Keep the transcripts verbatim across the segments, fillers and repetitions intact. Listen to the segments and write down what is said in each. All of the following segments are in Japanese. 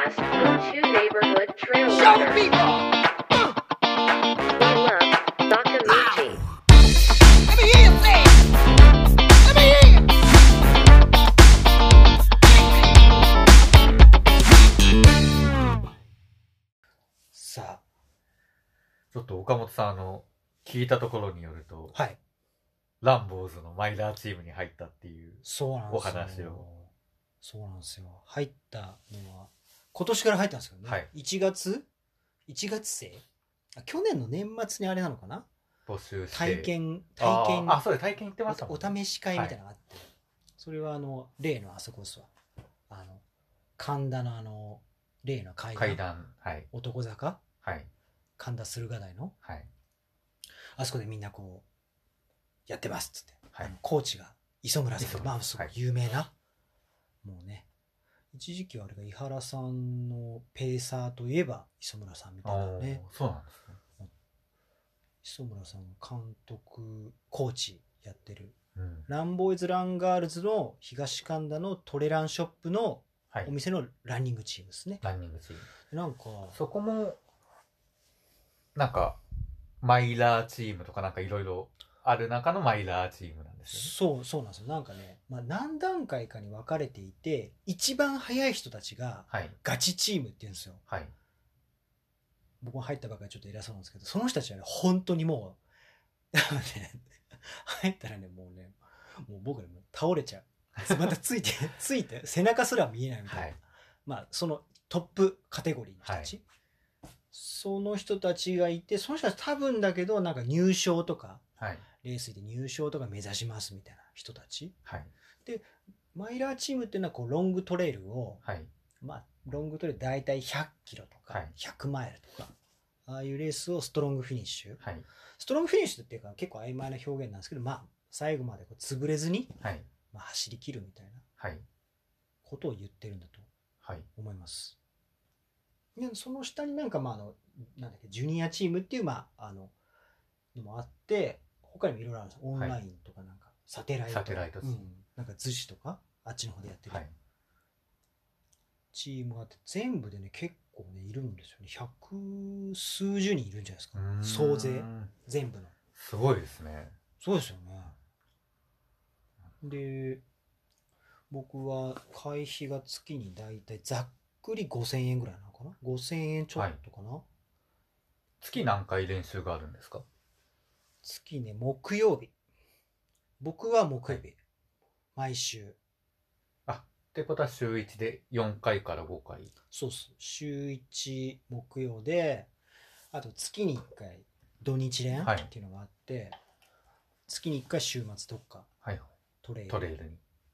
podcast from two neighborhood trail Show runners. people! One love, Sakamichi. Let me hear you say it! Let me hear you! さあ、 ちょっと岡本さん、あの、聞いたところによると、 はい。 ランボーズのマイラーチームに入ったっていう。 そうなんですよ。 お話をそうなんですよ。入ったのは、今年から入ったんですけどね。 はいいちがつ ?いち 月生あ去年の年末にあれなのかな募集して。 体験、体験、 あーあ、そうです、体験行ってましたもんね。 おお試し会みたいなのがあって、それはあの、例のあそこですわ。あの、神田のあの、例の階段。 階段。はい。 男坂はい。 神田駿河台のはい。 あそこでみんなこう、やってますっつって。 はいあのコーチが磯村さんって、 磯村まあすごい有名な、もうね、一時期はあれが井原さんのペーサーといえば磯村さんみたいなね。 おーそうなんですね。 磯村さん監督、コーチやってる、 うん。 ランボーイズランガールズの東神田のトレランショップのはいお。店のランニングチームですね。 ランニングチーム。 なんか、 そこも、なんか、マイラーチームとかなんかいろいろある中のマイラーチームなんですよね。 そう、そうなんですよ。なんかね、まあ、何段階かに分かれていて、一番早い人たちがはい。 ガチチームって言うんですよ。 はい。 僕も入ったばっかりちょっと偉そうなんですけど、その人たちはね、本当にもう、ね、入ったらね、もうね、もう僕ね、もう倒れちゃう。またついて、ついて、背中すら見えないみたいな。 はい。 まあ、そのトップカテゴリーの人たち。その人たちがいて、その人たち多分だけど、なんか入賞とか、 はい。 レースで入賞とか目指しますみたいな人たち。 はい。 マイラーチームっていうのはこうロングトレイルを、 はい。 まあ、ロングトレイル大体ひゃっキロとかはいひゃくマイルとか、ああいうレースをストロングフィニッシュ。 はい。 ストロングフィニッシュっていうか結構曖昧な表現なんですけど、まあ、最後までこう潰れずに、 はい。 まあ、走り切るみたいなはい。 ことを言ってるんだとはい。 思います。でその下になんかまああの、なんだっけ、ジュニアチームっていう、まあ、あの、のもあって、他にもいろいろあるんです。オンラインとかなんか、サテライト。 サテライトうん。なんか逗子とか、あっちの方でやってる。 はい。 チームがあって全部でね結構ねいるんですよね。百数十人いるんじゃないですか、総勢全部の。 すごいですね。 そうですよね。で僕は会費が月にだいたいざっくりごせんえんぐらいなのかな、ごせんえんちょっとかな、 月何回練習があるんですか？ 月ね木曜日、僕は木曜日、毎週。 ってことは週いちでよんかいからごかい。 そうっす。週いち木曜で、あと月にいっかい土日練はいっていうのがあって、月にいっかい週末どっかはい。 トレイル。 トレイルに。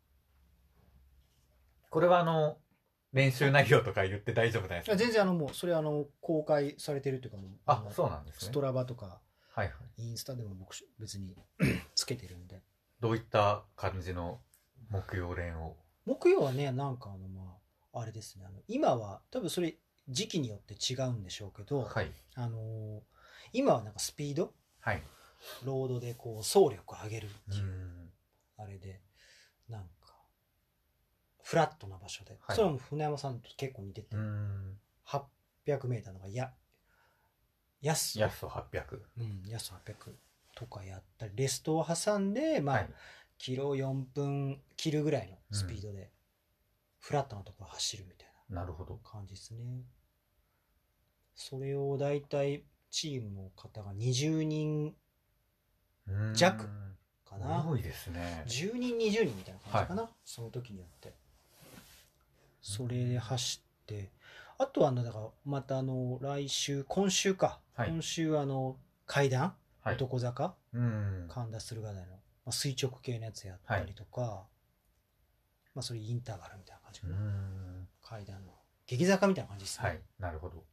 これはあの、練習内容とか言って大丈夫なんですか？ いや全然あのもうそれあの公開されてるっていうかもうあ、 のそうなんですね。 ストラバとかはいはい。 インスタでも僕別につけてるんで。 どういった感じの目標練を？ 木曜はねなんかあのまああれですね、あの今は多分それ時期によって違うんでしょうけど、 はい。 あのー今はなんかスピードはい。 ロードでこう走力を上げるってういう、 ん。 あれでなんかフラットな場所で、 はいそれも船山さんと結構似てて、 うん。 はっぴゃくメーターのがややすやっそはっぴゃく。 うんやすはっぴゃくとかやったり、レストを挟んでまあ、 はい。 キロよんぷん切るぐらいのスピードで、フラットなところを走るみたいななるほど。 感じですね。それをだいたいチームの方がにじゅうにんうん弱かな、 多いですね。 じゅうにんにじゅうにんみたいな感じかな、その時によってそれで走って、あとはあのだからまたあの来週今週か、 はい今週あの階段、 はい。 男坂うん。 神田駿河台の、まあ、垂直系のやつやったりとか、まあそれインターバルみたいな感じかうな、 ん。 階段の激坂みたいな感じですね、 はい。なるほど。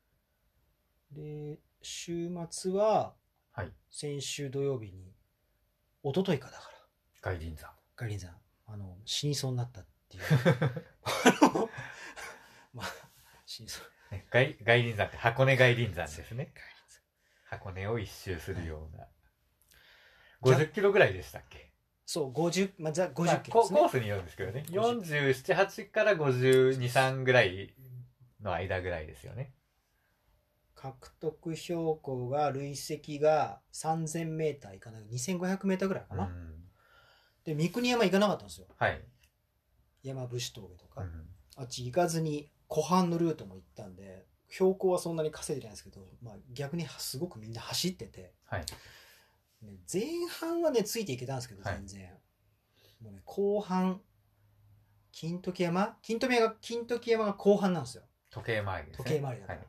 で週末ははい。 先週土曜日に一昨日かだから外輪山。 ガリンさんあの死にそうになったっていうあのまあ死にそうね外外輪山って箱根外輪山ですね。 ガリン箱根を一周するような。ごじゅっキロぐらいでしたっけ？ そうごじゅう、まあ、ざ50キまあコロですね。 コースによるんですけどね。よんじゅうなな、はちからごじゅうに、さんぐらいの間ぐらいですよね。 獲得標高が累積がさんぜんメーターいかないにせんごひゃくメーターぐらいかな、 うん、 で三国山行かなかったんですよ。 はい、 山伏峠とか、 うん、 あっち行かずに湖畔のルートも行ったんで標高はそんなに稼いでないんですけど、まあ、逆にすごくみんな走ってて、 はい、 ね、前半はねついていけたんですけど全然、はい、もうね後半金時山金時山が金時山が後半なんですよ。 時計回りですね。 時計回りだから、はい、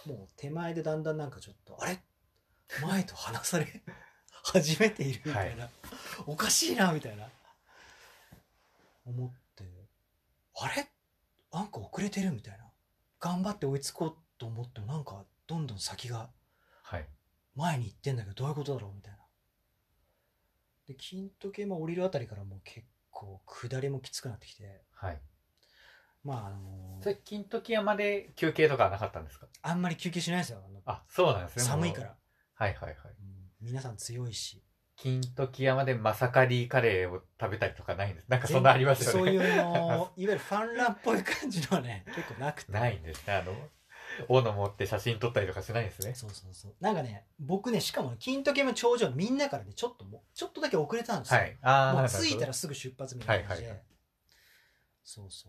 もう手前でだんだんなんかちょっとあれ前と離され始めているみたいな、はい、おかしいなみたいな思ってあれなんか遅れてるみたいな頑張って追いつこうと思ってもなんかどんどん先が前に行ってんだけどどういうことだろうみたいなで金時山降りるあたりからもう結構下りもきつくなってきて、 はい、 まああのー、 それ金時山で休憩とかはなかったんですか？ あんまり休憩しないですよ。あのあ、そうなんですね。 寒いから。 はいはいはい、 うん、皆さん強いし金時山でマサカリカレーを食べたりとかないんです？なんかそんなありますよね。 そういうのいわゆるファンランっぽい感じのはね結構なくてないんですね。あの斧持って写真撮ったりとかしないんですね。 そうそうそうなんかね僕ねしかも金時山頂上みんなからねちょっともちょっとだけ遅れたんですよ、はい、あもう着いたらすぐ出発みたいな感じで、はいはいはい、そうそう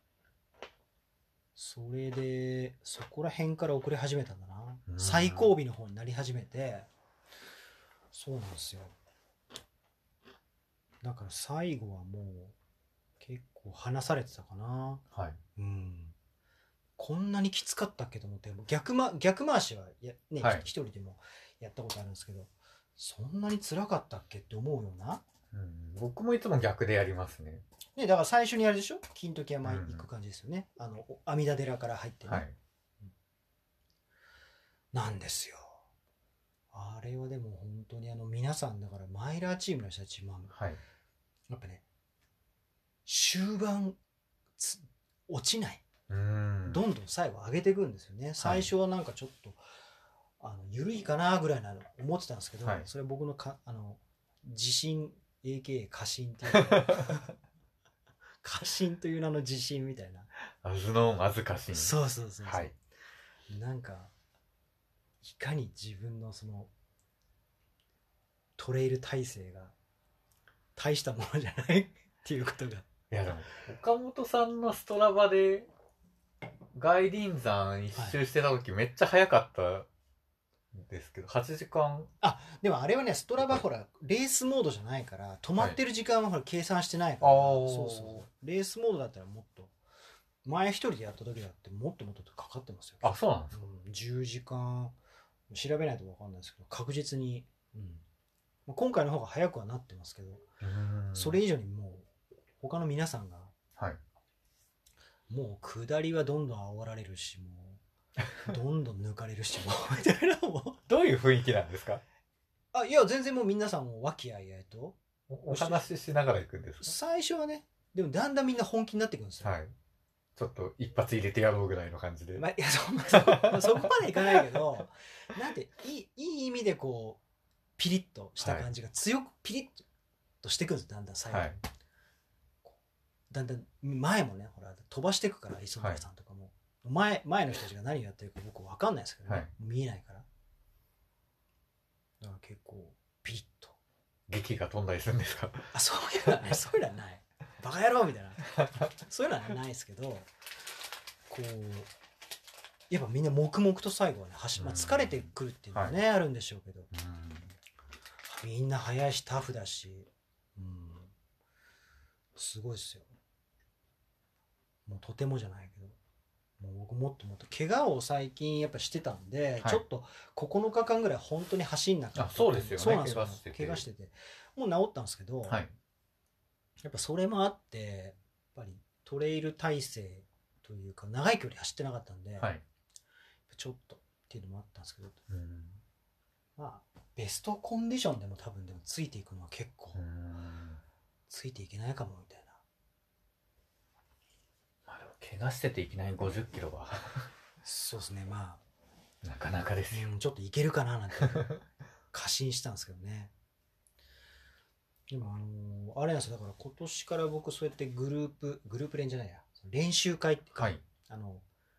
それでそこら辺から遅れ始めたんだな、うん、最後尾の方になり始めてそうなんですよ。だから最後はもう結構離されてたかな、 はい、 うん、こんなにきつかったっけと思って逆、ま、逆回しはや、ねはい、一人でもやったことあるんですけどそんなに辛かったっけって思うような、 うん、僕もいつも逆でやりますね。 ねだから最初にやるでしょ金時山行く感じですよね、うん、あの阿弥陀寺から入ってね、はいうん、なんですよ。あれはでも本当にあの皆さんだからマイラーチームの人たちも、はい、やっぱね終盤落ちないうんどんどん最後上げていくんですよね。最初はなんかちょっと、はい、あの緩いかなぐらいなの思ってたんですけど、はい、それは僕のかあの自信 エーケー 過信っていう過信という名の自信みたいなあずのまず過信そうそうそうそう、はい、なんかいかに自分のそのトレイル体制が大したものじゃないっていうことがいやでも岡本さんのストラバで外輪山一周してた時、はい、めっちゃ早かったんですけどはちじかんあでもあれはねストラバほらレースモードじゃないから止まってる時間はほら計算してないから、はい、そうそうレースモードだったらもっと前一人でやった時だってもっともっとかかってますよ。 あそうなんですか、 うん、じゅうじかん調べないと分かんないですけど確実に、うん、今回の方が早くはなってますけどそれ以上にもう他の皆さんが、はい、もう下りはどんどん煽られるしもうどんどん抜かれるしもうみたいなもうどういう雰囲気なんですか？ あいや全然もう皆さんも和気あいあいとお, お話ししながら行くんですか？ 最初はねでもだんだんみんな本気になってくるんですよ、はい、 ちょっと一発入れてやろうぐらいの感じで、 まあ、いや そ, そ, そこまでいかないけどなんてい い, いい意味でこうピリッとした感じが強くピリッとしてくるんですだんだん最後、はい、だんだん前もねほら飛ばしていくから磯村さんとかも、はい、前, 前の人たちが何をやってるか僕分かんないですけどね、はい、見えないからだから結構ピリッと劇が飛んだりするんですか？ あそういうのはねそういうのはないバカ野郎みたいなそういうのはないですけどこうやっぱみんな黙々と最後はね走、まあ、疲れてくるっていうのはね、はい、あるんでしょうけどうんみんな速いしタフだし、うん、すごいですよ。もうとてもじゃないけどもう僕もっともっと怪我を最近やっぱしてたんで、はい、ちょっとここのかかんぐらい本当に走んなかった。 あそうですよね。 そうなんですよ。怪我しててもう治ったんですけど、はい、やっぱそれもあってやっぱりトレイル体制というか長い距離走ってなかったんで、はい、ちょっとっていうのもあったんですけど、うんまあベストコンディションでも多分でもついていくのは結構ついていけないかもみたいな。 まあでも怪我してていきなりごじゅっキロはそうですねまあなかなかですよ、 うん、ちょっといけるかななんて過信したんですけどね。でもあのー、あれなんですよだから今年から僕そうやってグループグループ練じゃないや練習会っていうか、はい、あの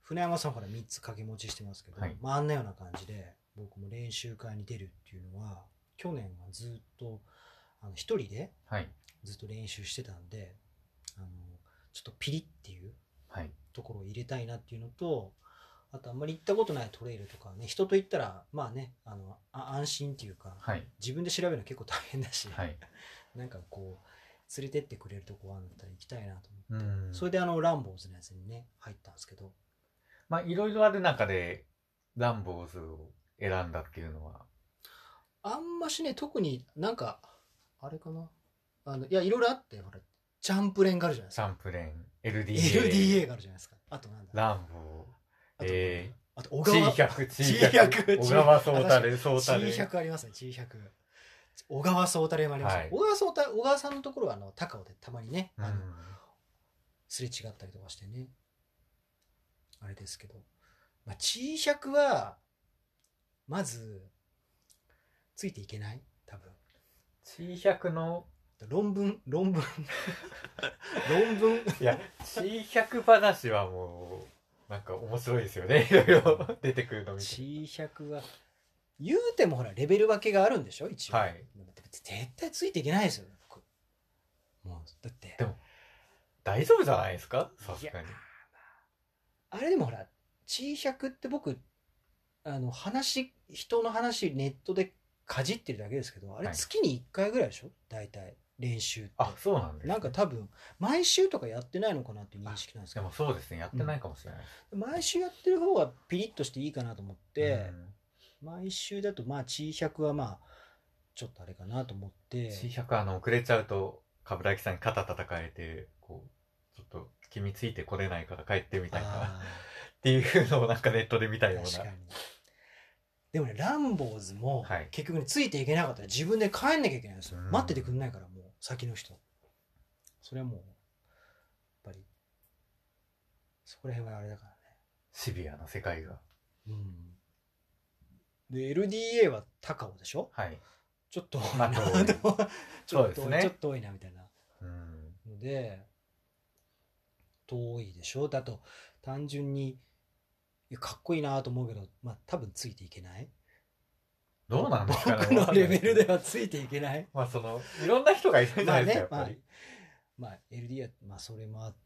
船山さんほらみっつ掛け持ちしてますけど、 はいまあ、あんなような感じで僕も練習会に出るっていうのは去年はずっとあの一人ではいずっと練習してたんで、あのちょっとピリっていうはいところを入れたいなっていうのと、あとあんまり行ったことないトレイルとかね、人と行ったらまあね、あのあ安心っていうか、 はい自分で調べるの結構大変だし、 はいなんかこう連れてってくれるとこがあったら行きたいなと思って、 うんそれであのランボーズのやつにね入ったんですけど、 まあいろいろある中でランボーズを選んだっていうのはあんましね、特になんかあれかな、あのいやいろいろあって、ほらチャンプレンがあるじゃないですか、 チャンプレン エルディーエーエルディーエー があるじゃないですか、あとなんだ、 ランボあと、 ーえあと小ー、チー川百チチーー百百小川ソータレソーチタレー百ありますね、チー百。小川ソータレもありますね、 はい小川ソータ小川さんのところはあの高尾でたまにね、 うんあのすれ違ったりとかしてね、あれですけど、まあ、チー百はまずついていけない、多分チー百の論文論文論文いやチー百話はもうなんか面白いですよね、いろいろ出てくるの見て。 チー百は言うてもほらレベル分けがあるんでしょ一応、 はいでも絶対ついていけないですよ、こもうだってでも大丈夫じゃないですか、さすがに。 あれでもほらチー百って僕あの話人の話ネットでかじってるだけですけど、あれはい月にいっかいぐらいでしょ大体練習って。 あ、そうなんです、ね、 なんか多分毎週とかやってないのかなっていう認識なんですけど、 でもそうですね、やってないかもしれないです。 毎週やってる方がピリッとしていいかなと思って、 うん毎週だとまあチー百はまあちょっとあれかなと思ってチー百あの遅れちゃうと冠城さんに肩叩かれてこうちょっと君ついてこれないから帰ってみたいなあっていうのをなんかネットで見たーような。 確かに。でもねランボーズもはい結局ねついていけなかったら自分で帰んなきゃいけないんですよ、 うん待っててくんないから、もう先の人。それはもうやっぱりそこら辺はあれだからね。 シビアな世界が。 うんで エルディーエー は高尾でしょ、 はい。 ちょっとまあ遠いちょっとそうですねちょっと多いなみたいなうん。 ので遠いでしょ。だと単純にいやかっこいいなと思うけど、まあ多分ついていけない。 どうなんですかね。 僕のレベルでは。 はついていけない。 まあそのいろんな人がいるじゃまあないですか、 ね、まあやっぱり。、 まあ エルディーエー はまあそれもあって、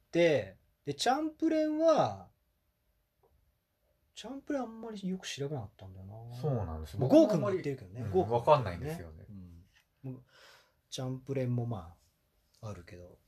でチャンプレンはチャンプレンあんまりよく調べなかったんだよな。 そうなんです。 もうゴーくんも言ってるけどね。 うんゴーくんもわかんないんですよね。 うんもうチャンプレンもまああるけど。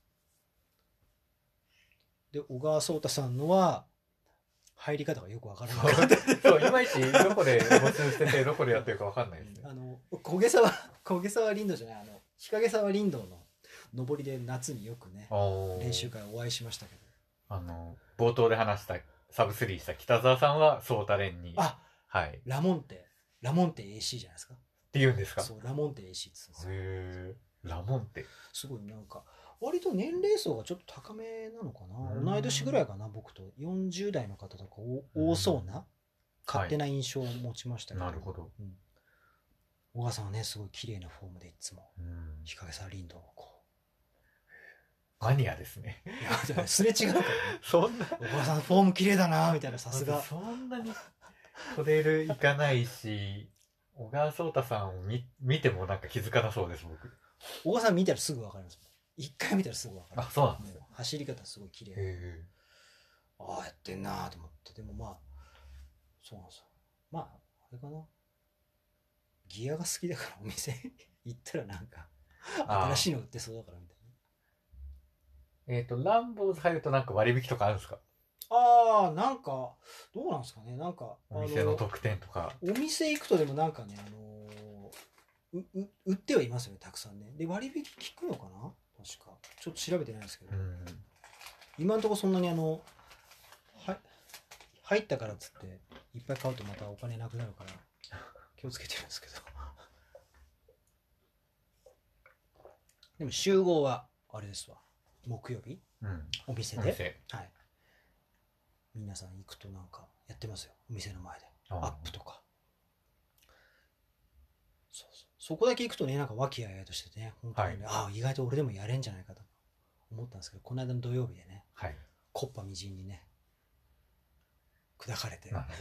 で小川颯太さんのは入り方がよくわからなかった。 そういまいちどこで募集しててどこでやってるかわかんないですね。 あの焦げ沢焦げ沢林道じゃない、あの日陰沢林道の上りで夏によくねおー練習会お会いしましたけど、 あの冒頭で話したサブスリーした北澤さんはソータレンにあはいっラモンテラモンテ エーシー じゃないですか。 て言うんですか。 そうラモンテ エーシー って言うんですよ。 へえラモンってすごいなんか割と年齢層がちょっと高めなのかうんな、同い年ぐらいかな、僕とよんじゅう代の方とかお多そうな勝手な印象を持ちましたけど、 なるほど。 うん、小川さんはねすごい綺麗なフォームでいつもうん日陰沢林道をこマニアですね。 ういやだからすれ違うからねそんな小川さんフォーム綺麗だなみたいな、さすがそんなにトレイル行かないし小川颯太さんを見見てもなんか気づかなそうです僕。 小川さん見たらすぐ分かります。一回見たらすぐ分かる。 あそうなんですよ。 もう走り方すごい綺麗。 へああやってんなと思って、でもまあそうなんですよ。まああれかな、ギアが好きだからお店行ったらなんかあー新しいの売ってそうだからみたいえっとランボーズ入るとなんか割引とかあるんですか。 な。ああなんかどうなんですかね、なんかお店の特典とか。 お店行くとでもなんかね、あのーうう売ってはいますよね、たくさんね。で割引効くのかな確か、ちょっと調べてないですけど、 うん今のところそんなにあのは入ったからっつっていっぱい買うとまたお金なくなるから気をつけてるんですけどでも集合はあれですわ、木曜日うんお店で、 お店はい、皆さん行くとなんかやってますよ、お店の前であアップとか。そうそう、そこだけ行くとね、なんか和気あいあいとしてね、本当にね、ああ意外と俺でもやれんじゃないかと思ったんですけど、この間の土曜日でね、 はいコッパみじんにね砕かれて。 なるほ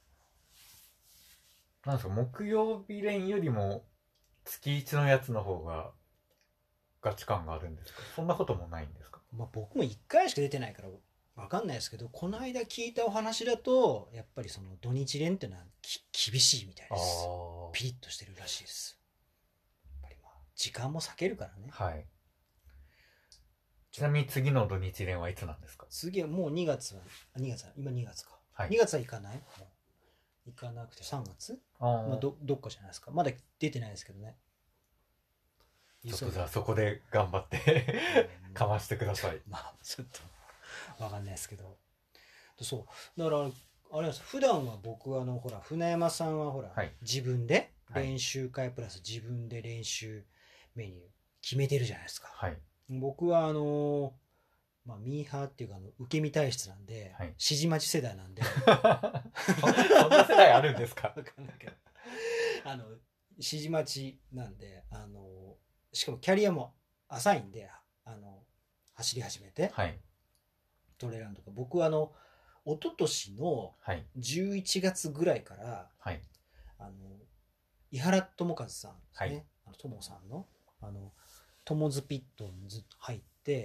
ど。なんですか、木曜日連よりも月一のやつの方がガチ感があるんですか？そんなこともないんですか？ まあ、僕もいっかいしか出てないから分かんないですけど、この間聞いたお話だとやっぱりその土日連っていうのはき厳しいみたいあです。 あ。 ピリッとしてるらしいです。やっぱりまあ時間も避けるからね。 はい。ちなみに次の土日連はいつなんですか？ 次はもうにがつは、にがつは今にがつか、 はい。 にがつは行かない？もう行かなくてさんがつ、 あー、 まあ、どどっかじゃないですか。まだ出てないですけどね。 ちょっとじゃあそこで頑張ってうんかましてください。 まあちょっとわかんないですけど、そうだからあれなんです。普段は僕はあのほら船山さんはほら、 はい自分ではい練習会プラス自分で練習メニュー決めてるじゃないですか。 はい。 僕はあのまあミーハーっていうかあの受け身体質なんで、 はい指示待ち世代なんでそそんな世代あるんですか？ わかんないけどあの指示待ちなんで、あのしかもキャリアも浅いんで、あの走り始めて、 はい。 トレランとか僕はあの一昨年のはい。 じゅういちがつぐらいからはい。 あの井原智和さんですね、 はいあの友さんのあのトモズピットにずっと入って、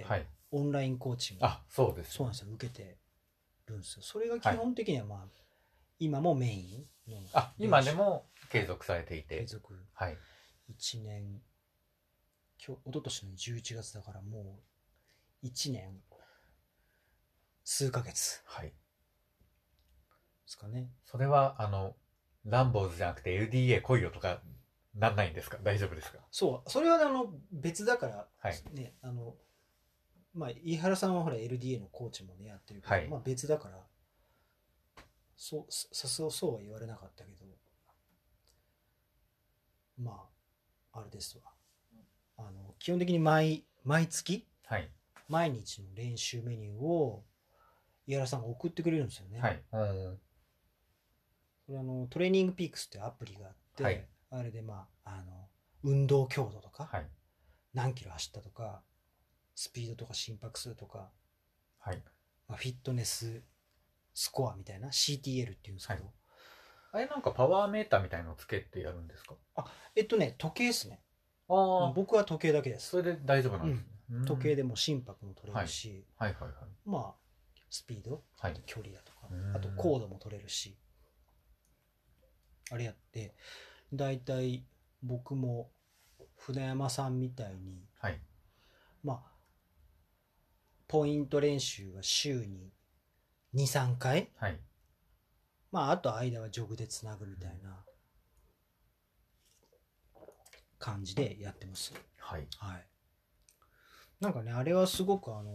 はい。 オンラインコーチング、 あ、そうです。 そうなんですよ、受けてるんですよ。それが基本的にはまあ、今もメインのあ、今でも継続されていて。 継続はい。 いちねん、今日一昨年のじゅういちがつだからもういちねん数ヶ月はい。 ですかね。 それは、あの、ランボーズじゃなくて エルディーエー 来いよとかなんないんですか？大丈夫ですか？ そうそれはあの別だから、 はいね、あのまあ飯原さんはほら エルディーエー のコーチもねやってるけど、 はいまあ別だからそうさすがそうは言われなかったけど、まああれですわ、あの基本的に毎毎月はい。 毎日の練習メニューを井原さんが送ってくれるんですよね。 はい。うん。 これあのトレーニングピークスってアプリがあって、 はいあれでまああの運動強度とか、 はい。 何キロ走ったとかスピードとか心拍数とか、 はい。 まあ、フィットネススコアみたいな シーティーエル っていうんですけど、 はいあれなんかパワーメーターみたいのつけてやるんですか？ えっとね時計ですね。 ああ、 僕は時計だけです。 それで大丈夫なんですね。うん時計でも心拍も取れるし、 はいはいはい。 まあスピード、 はいあと距離だとか、 うんあと高度も取れるし、あれやってだいたい僕も船山さんみたいにはい。 まあポイント練習は週ににさんかい、 はい。 まああと間はジョグでつなぐみたいな感じでやってます。 はい。 はい。なんかねあれはすごくあの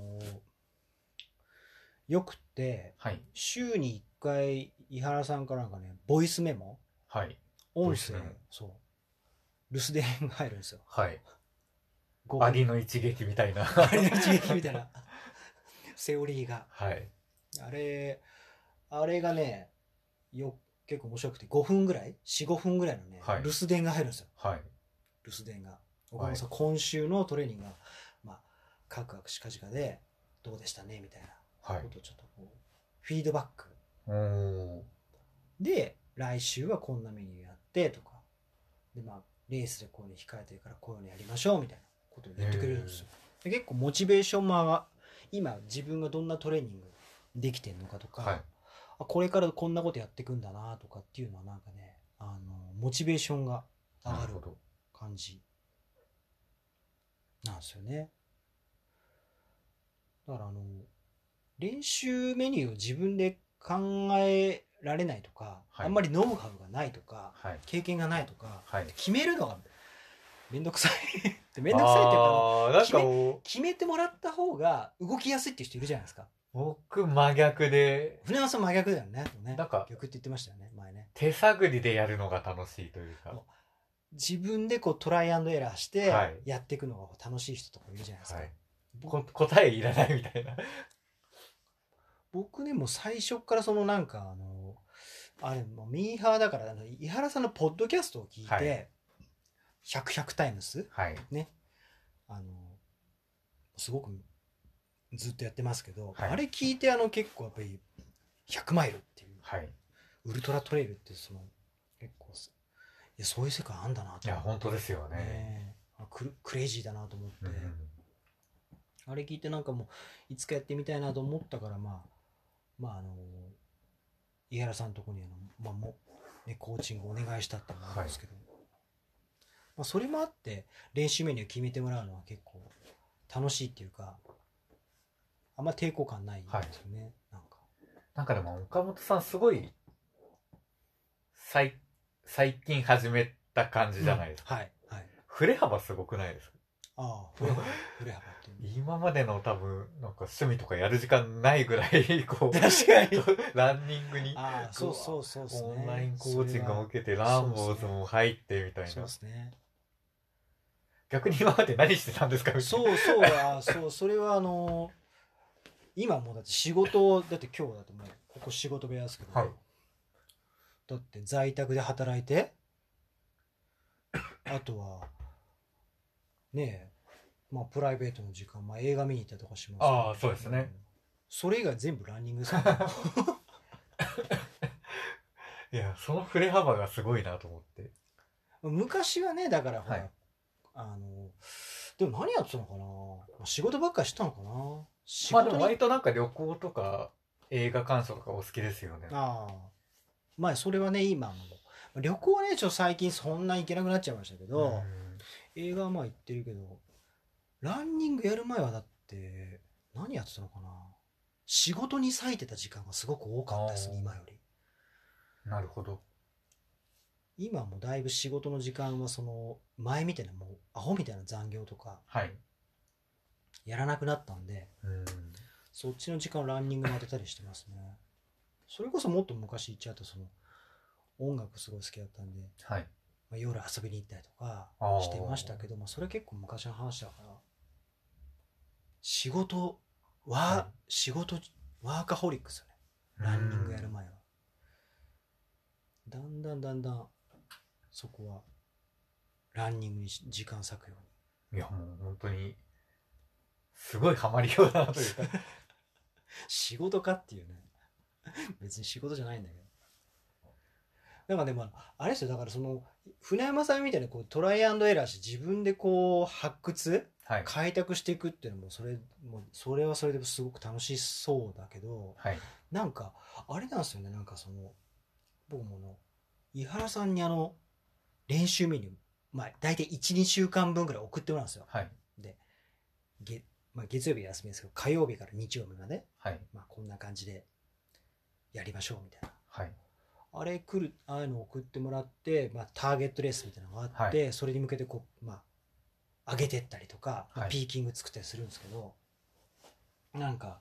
よくて、 はい。 週にいっかい井原さんからなんかねボイスメモ、 はい。 音声ボイスメモ、 そう留守電が入るんですよ。 はい。 ごふんアリの一撃みたいな。 アリの一撃みたいなセオリーがはい。 あれあれがねよ結構面白くてごふんぐらい よん,ご 分ぐらいのね、 はい留守電が入るんですよ。 はい。 留守電が岡本さん、今週のトレーニングがまあカクカクしかじかでどうでしたねみたいなはいこ。とをちょっとこうフィードバックおー。 で来週はこんなメニューやってとかで、まあレースでこういうの控えてるからこういうのやりましょうみたいなことを言ってくれるんですよ。で結構モチベーションも上が今自分がどんなトレーニングできてんのかとか、 はい。 あこれからこんなことやっていくんだなとかっていうのはなんかねあのモチベーションが上がるなるほど。 感じなんですよね。だからあの練習メニューを自分で考えられないとか、 はいあんまりノウハウがないとかはい。 経験がないとかはい。 決めるのがめんどくさいめんどくさいっていうかあのあーなんかもう、 決めてもらった方が動きやすいっていう人いるじゃないですか。 僕真逆で、 船山さん真逆だよね。ねなんか逆って言ってましたよね前ね。 手探りでやるのが楽しいというか。 そう自分でこうトライアンドエラーしてはいやっていくのが楽しい人とかいるじゃないですか。 はい。 僕こ答えいらないみたいな。 僕ねもう最初からそのなんかあのあれもうミーハーだからあの井原さんのポッドキャストを聞いて、 はいひゃく、ひゃくタイムスはい。 ねあのすごくずっとやってますけど、 はいあれ聞いてあの結構やっぱりひゃくマイルっていうはい。 ウルトラトレイルってその結構すいやそういう世界あんだなといや、 思って本当ですよね。 ねあククレイジーだなと思って、 うんうんあれ聞いてなんかもういつかやってみたいなと思ったからまあまああの井原さんのとこにあの、まあもうね、コーチングお願いしたってのもあるんですけど、まあ、それもあって練習メニュー決めてもらうのは結構楽しいっていうかあんま抵抗感ないんですよね、なんかなんかでも岡本さんすごい最最近始めた感じじゃないですか。 うんはいはい振れ幅すごくないですか？ ああ振れ幅振れ幅っていう今までの多分なんか趣味とかやる時間ないぐらいこう確かにランニングにああそうそうそうですねオンラインコーチングも受けてランボーズも入ってみたいそうな。 ですね逆に今まで何してたんですか？みたいな。 そうそうあそうそれはあの今もうだって仕事だって今日だってもうここ仕事部屋ですけど、 はいだって在宅で働いてあとはねえまあプライベートの時間、まあ、映画見に行ったりとかしますけどああそうですね、 それ以外全部ランニングですからねいやその振れ幅がすごいなと思って。 昔はねだからほら、 はいあのでも何やってたのかな仕事ばっかりしてたのかな仕まあ事に、 でも割となんか旅行とか映画鑑賞とかお好きですよね。 ああまあそれはね今も旅行はねちょっと最近そんな行けなくなっちゃいましたけど、 うん映画はまあ行ってるけどランニングやる前はだって何やってたのかな仕事に割いてた時間がすごく多かったですねあー今よりなるほど。 今もだいぶ仕事の時間はその前みたいなもうアホみたいな残業とかはい。 やらなくなったんでうんそっちの時間をランニングに当てたりしてますねそれこそもっと昔行っちゃうとその音楽すごい好きだったんで、 はい。 まあ、夜遊びに行ったりとかあーしてましたけど、まあ、それ結構昔の話だから仕事は、 はい仕事ワーカホリックですよねランニングやる前はだんだんだんだんそこはランニングに時間割くようにいやもう本当にすごいハマりようだなというか仕事かっていうね別に仕事じゃないんだけどだからでもあれですよだからその船山さんみたいにこうトライアンドエラーして自分でこう発掘はい開拓していくっていうのもそれもそれはそれですごく楽しそうだけどはいなんかあれなんですよねなんかその僕もの井原さんにあの練習メニューまあ大体いちにしゅうかんぶんぐらい送ってもらうんですよはいで月、まあ、月曜日休みですけど火曜日から日曜日まで、 はいまあ、こんな感じでやりましょうみたいなはいあれ来るああいうの送ってもらって、まあ、ターゲットレースみたいなのがあって、それに向けてこう、まあ、上げてったりとか、まあはいピーキング作ったりするんですけどなんか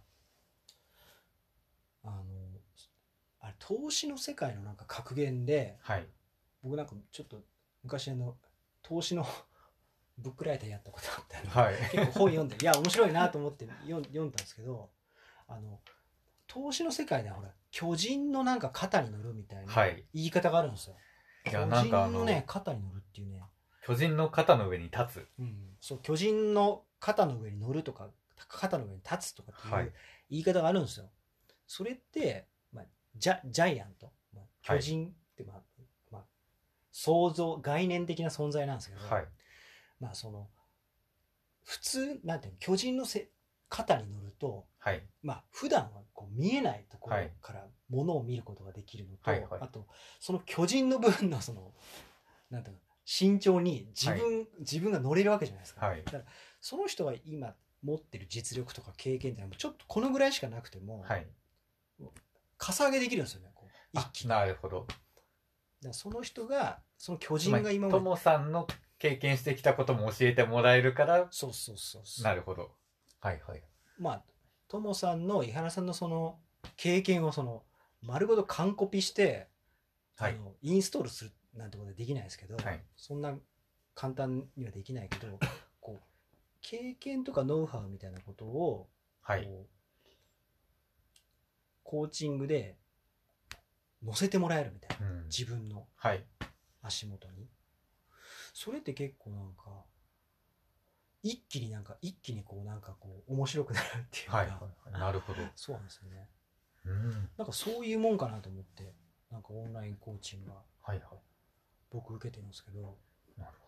あのあれ投資の世界のなんか格言ではい僕なんかちょっと昔あの投資のブックライターやったことあったんで、 はい結構本読んでいや面白いなと思って読ん読んだんですけどあの投資の世界ではほら巨人のなんか肩に乗るみたいなはい言い方があるんですよ、 いや巨なんかあの人のね肩に乗るっていうね、 巨人の肩の上に立つうん、そう巨人の肩の上に乗るとか肩の上に立つとかっていはいう言い方があるんですよ、それって、まあ、ジャジャイアント、まあ、巨人って、まあまあ、想像概念的な存在なんですけど、 はいまあその普通なんていうの巨人のせ肩に乗るとはいまあ普段はこう見えないところはいからものを見ることができるのと、 はいはいあとその巨人の分のそのなんていうの身長に自分、自分が乗れるわけじゃないですか、 はいだからその人が今持ってる実力とか経験っていうのはちょっとこのぐらいしかなくても、 はいかさ上げできるんですよねこう一あ気にだかなるほど。 らその人がその巨人つまりが今までともさんの経験してきたことも教えてもらえるからそうそうそうそうなるほど。はいはいまあともさんの井原さんのその経験をその丸ごと完コピして、 はいあのインストールするなんてことはできないですけど、 はいそんな簡単にはできないけどこう経験とかノウハウみたいなことを、 はいこうコーチングで乗せてもらえるみたいな、 うん自分のはい足元にそれって結構なんか一気になんか一気にこうなんかこう面白くなるっていうか、 はいはいなるほど。 そうなんですよね。 うんなんかそういうもんかなと思って、なんかオンラインコーチングははいはい。 僕受けてるんですけど、 なる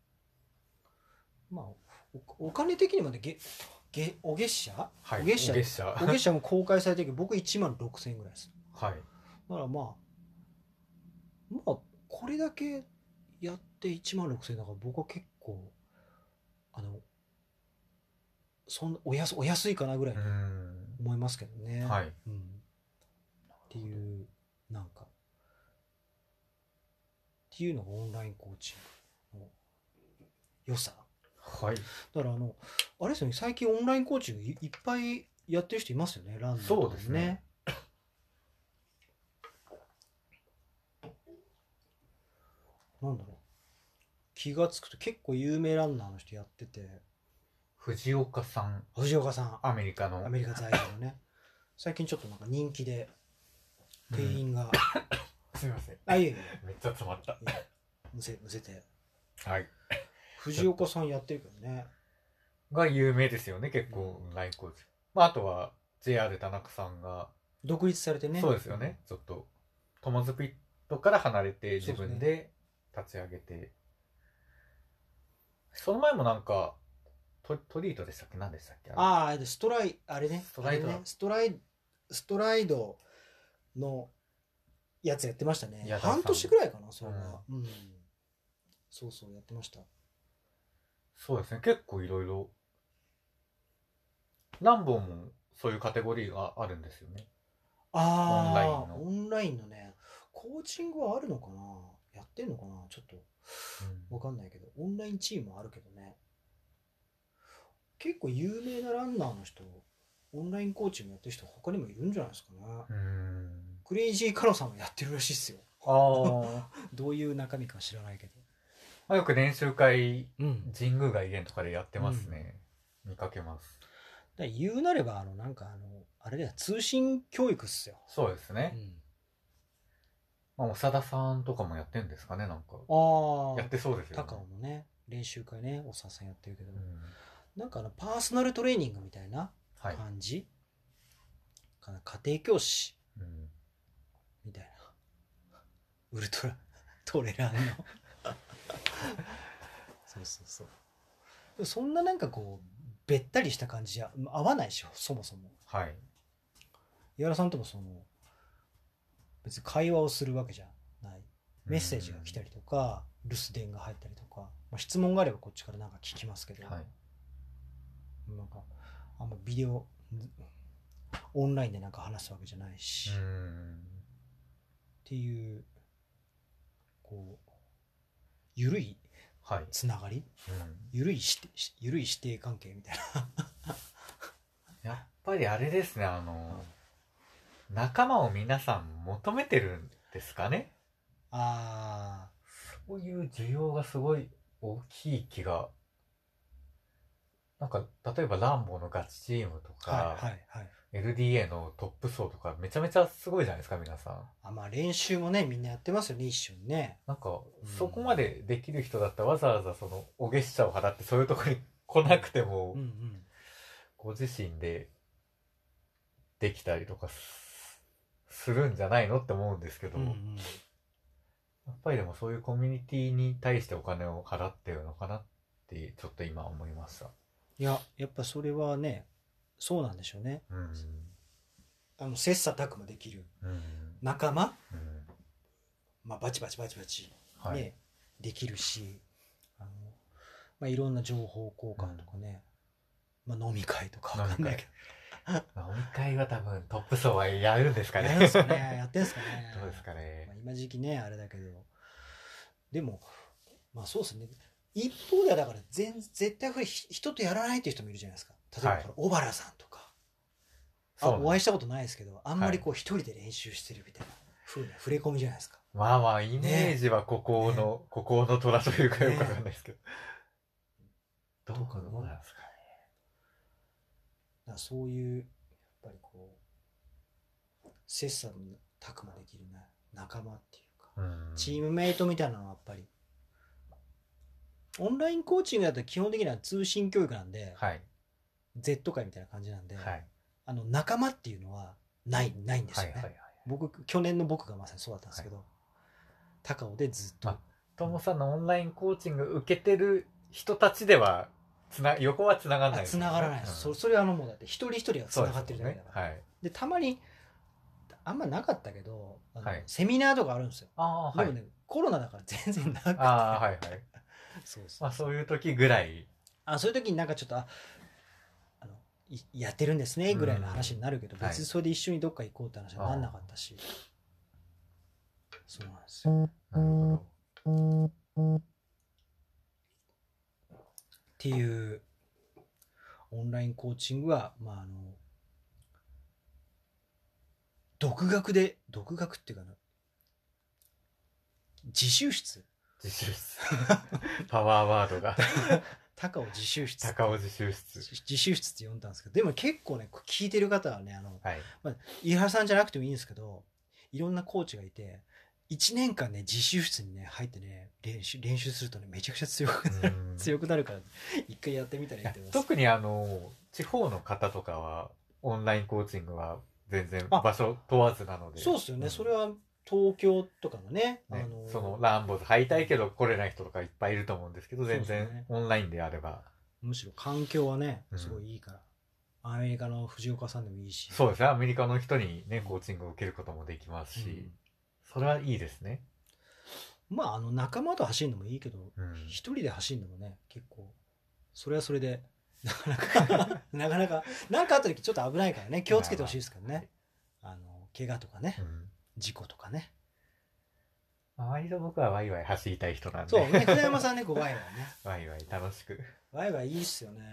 まあお、お金的にもね、げげお月謝、 はいお月謝お月謝お月謝も公開されてるけど、僕いちまんろくせんえんぐらいです。 ほど。はい。 だからまあ、まあ、これだけやっていちまんろくせんえんだから、僕は結構、あの、そんなお安お安いかなぐらいうにん。 思いますけどね。 はい。 うん。っていう、なんか、っていうのがオンラインコーチングの良さ。 はい。 だからあの、あれですよね、最近オンラインコーチング い, いっぱいやってる人いますよね、ランナーとかもそうですね。 なんだろう。気がつくと結構有名ランナーの人やってて、 藤岡さん、 藤岡さん、 アメリカの。 アメリカ在住のね、最近ちょっとなんか人気で、定員が、 すみません。 あ、いえいえ、 めっちゃ詰まった。 むせ、むせて、 はい。 藤岡さんやってるけどね。 が有名ですよね、結構、オンラインコーチ。まあ、あとは、ジェイアール 田中さんが、 独立されてね。 そうですよね。ちょっと、友ズピットから離れて、自そうですね分で立ち上げて。その前もなんか、トトリートでしたっけ？何でしたっけ？ ああ、ストライ、あれね。 ストライドあれね、ストライ、ストライドのやつやってましたね。 いや半年ぐらいかな、それは。うん。そうそう、やってました。 そうですね、結構いろいろ。何本もそういうカテゴリーがあるんですよね。 ああ、 オンラインのオンラインのね、コーチングはあるのかな、やってんのかな、ちょっとうんわかんないけど、オンラインチームもあるけどね。結構有名なランナーの人、オンラインコーチングやってる人他にもいるんじゃないですかね。 うーん。 クレイジーカロさんもやってるらしいっすよ。 あどういう中身か知らないけど。 あ。よく練習会、 うん。 神宮外苑とかでやってますね。見かけます。 だから言うなれば、あの、なんかあの、あれだよ、通信教育っすよ。 そうですね。 うん。 まあ、長田さんとかもやってんですかね、なんか。 ああ、 やってそうですよね。 高尾のね、練習会ね、おささんやってるけど、 うんなんかあの、パーソナルトレーニングみたいなはい。 感じ、かな、家庭教師うんみたいな。ウルトラトレランのそうそうそう。でもそんななんかこう、べったりした感じじゃ合わないでしょ、そもそも。 はい。 井原さんともその、別に会話をするわけじゃない。メッセージが来たりとか、留守電が入ったりとか、まあ、質問があればこっちからなんか聞きますけど、 はい。 なんか、あんまビデオ、オンラインでなんか話すわけじゃないし、 うっん。 ていう、こう、ゆるいはい。 つながり、 うんゆるいして、ゆるい師弟関係みたいな。 やっぱりあれですね、あの、仲間を皆さん求めてるんですかね。 あそういう需要がすごい大きい気が。なんか、例えばランボーのガチチームとあ、 か、 はいはいはい。 エルディーエー のトップ層とかめちゃめちゃすごいじゃないですか、皆さん。 あ、まあ練習もね、みんなやってますよね、一緒にね。 なんかうん、 そこまでできる人だったらわざわざその、お月謝を払ってそういうところに来なくても、 うんうん。 ご自身でできたりとかすするんじゃないのって思うんですけど、 うんうん、 やっぱりでもそういうコミュニティに対してお金を払ってるのかなってちょっと今思いました。 いや、やっぱそれはね、そうなんでしょうね。 うん。 あの、切磋琢磨できるうん。 仲間、 うん。 まあ、バチバチバチバチ、ね、 はい。 できるし、あの、まあ、いろんな情報交換とかね、まあ、飲み会とかわかんないけ飲み会は多分トップ層はやるんですかど、 ね。 やるんすかね、やってんすかね。 どうですかまあ、 ね。 今時期ね、あれだけど、でも、まあそうですね。一方ではだから全絶対これひ人とやらないっていう人もいるじゃないですか。例えばはいこれ小原さんとか、あそうなんですお会いしたことないですけど、あんまりこう一人で練習してるみたいな風な触れ込みじゃないですか。 まあまあ、イメージは孤高の、 ね孤高の虎というかよくわかんないですけど。どうとかねどうなんですかね。 だからそういうやっぱりこう切磋琢磨できるな仲間っていうか、 うん。 チームメイトみたいなのはやっぱりオンラインコーチングだと基本的には通信教育なんで、 はい。 Z 会みたいな感じなんで、 はい。 あの仲間っていうのはないないんですよね、 はいはいはい。 僕去年の僕がまさにそうだったんですけど、 は高尾でずっと、 まともさんのオンラインコーチング受けてる人たちではつな横はつながらないあですよね、 繋がらないです、 うんそそれはあのもうだって一人一人が繋がってるだけだから、 そうですよね。はい。 でたまにあんまなかったけどあの、 はいセミナーとかあるんですよ。 ああ、はい。 でもね、コロナだから全然なくて、 ああ、はいはい。 そうそうまあそういう時ぐらい。 あそういう時になんかちょっとああのいやってるんですねぐらいの話になるけど、 うん別にそれで一緒にどっか行こうって話はなんなかったし、そうなんですよ。 なるほど。 っていうオンラインコーチングは、まあ、あの独学で独学っていうかな、自習室自習室。パワーワードが。 高尾自習室高尾自習室。 自習室って呼んだんですけど、でも結構ね聞いてる方はねあの、 はい。 まあ、井原さんじゃなくてもいいんですけど、いろんなコーチがいていちねんかんね自習室にね入ってね練習練習するとねめちゃくちゃ強くなるうん強くなるから一回やってみたらいいと思います。 特にあの、地方の方とかは、オンラインコーチングは全然あ場所問わずなので。 そうですよね、 んそれは東京とかのね、 ねあのそのランボーズ入りたいけど来れない人とかいっぱいいると思うんですけど、全そうですね然オンラインであれば。 むしろ環境はねうんすごいいいから、アメリカの藤岡さんでもいいし、 そうですね。アメリカの人にね、コーチングを受けることもできますし、 うんそれはいいですね。 まああの仲間と走るのもいいけどうん。 一人で走るのもね結構それはそれでなかなかなかなかなんかあった時ちょっと危ないからね気をつけてほしいですけどね、あの怪我とかねうん事故とかね、 まあ割と僕はワイワイ走りたい人なんで。 そうね船山さんねこうワイワイねワイワイ楽しく。 ワイワイいいっすよね、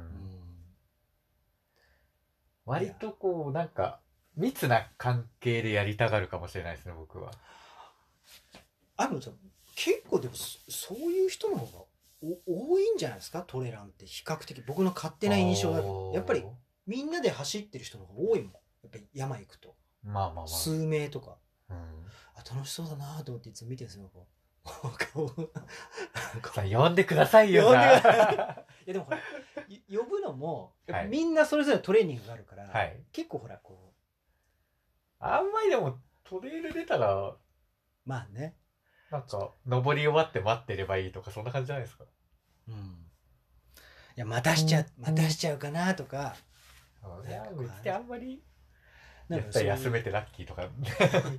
割とこう、なんか、密な関係でやりたがるかもしれないですね、僕は。 あのさ結構でもそそういう人の方がお多いんじゃないですかトレランって比較的僕の勝手な印象だけどやっぱりみんなで走ってる人の方が多いもんやっぱり山行くとまあまあまあ。 数名とかうん。 あ楽しそうだなと思っていつも見てるんですよこう顔こさあ呼んでくださいよ、 呼んでなくださいいやでもほらい呼ぶのも、 はいみんなそれぞれトレーニングがあるから、 はい。 結構ほらこあんまりでも、トレイル出たら、 うまあねなんか、登り終わって待ってればいいとか、そんな感じじゃないですか。 うんいやまたしちゃうまたしちゃうかなとかいや、別にあんまり、やったなんかそういうら休めてラッキーとか。 そうそうそう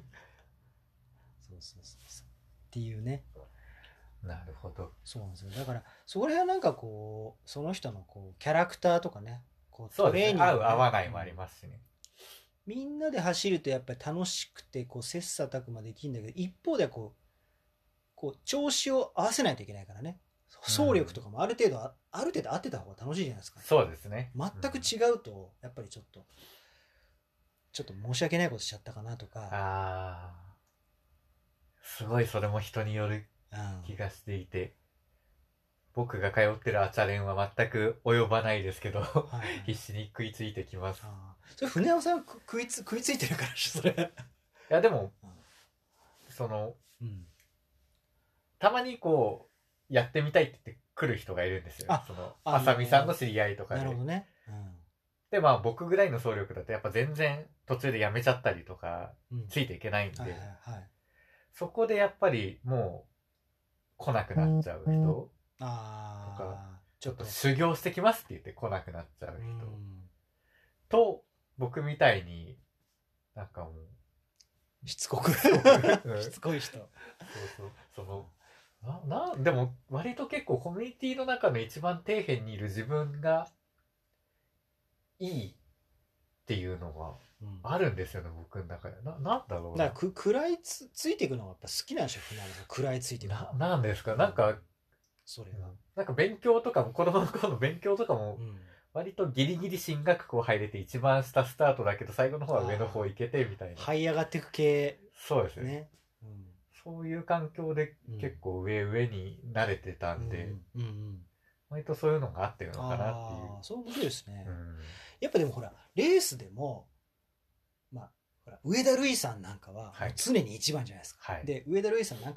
そうっていうねなるほど。 そうなんですよだからそこら辺はなんかこうその人のこうキャラクターとかねこうそうですね。合うトレーニングね合わないもありますしね。 みんなで走るとやっぱり楽しくてこう切磋琢磨できるんだけど一方ではこうこう調子を合わせないといけないからね走力とかもある程度あある程度合ってた方が楽しいじゃないですかそうですね。 全く違うとやっぱりちょっとちょっと申し訳ないことしちゃったかなとか、 ああ。すごいそれも人によるうん気がしていて、僕が通ってるアチャレンは全く及ばないですけど、 はいはい必死に食いついてきます。 あーそれ船山さんく食いつ食いついてるからそれ、 いやでもうん、 その、 うん、 たまにこう、やってみたいって言って来る人がいるんですよ。 あその、 あのあさみさんの知り合いとかでなる。ほどね、うんで、まあ僕ぐらいの走力だとやっぱ全然途中でやめちゃったりとか、 うんついていけないんで、 はいはいはいそこでやっぱりもう来なくなっちゃう人、 あとかあちょっと修行してきますって言って来なくなっちゃうう人、 んと、僕みたいに、なんかもう、 しつこくうんしつこい人そうそう、その、な、な、でも割と結構コミュニティの中の一番底辺にいる自分がいいっていうのがうんあるんですよね、僕の中で。な、なんだろうな。 だからく食らいつついていくのがやっぱ好きなんでしょ船山さん食らいついていくのな、なんですか、なんか、 それは、 なんか勉強とかも、子供の頃の勉強とかもう、ん、 割とギリギリ進学校入れて一番下スタートだけど、最後の方は上の方行けてみたいな。 這い上がっていく系そうですね。 ね、うんそういう環境で結構上上に慣れてたんで、 うんうんうん割とそういうのがあってるのかなっていうああ。そう面白いですね、 うんやっぱでもほらレースでもまあほら上田瑠衣さんなんかははい常に一番じゃないですか、 はいで上田瑠衣さんなんか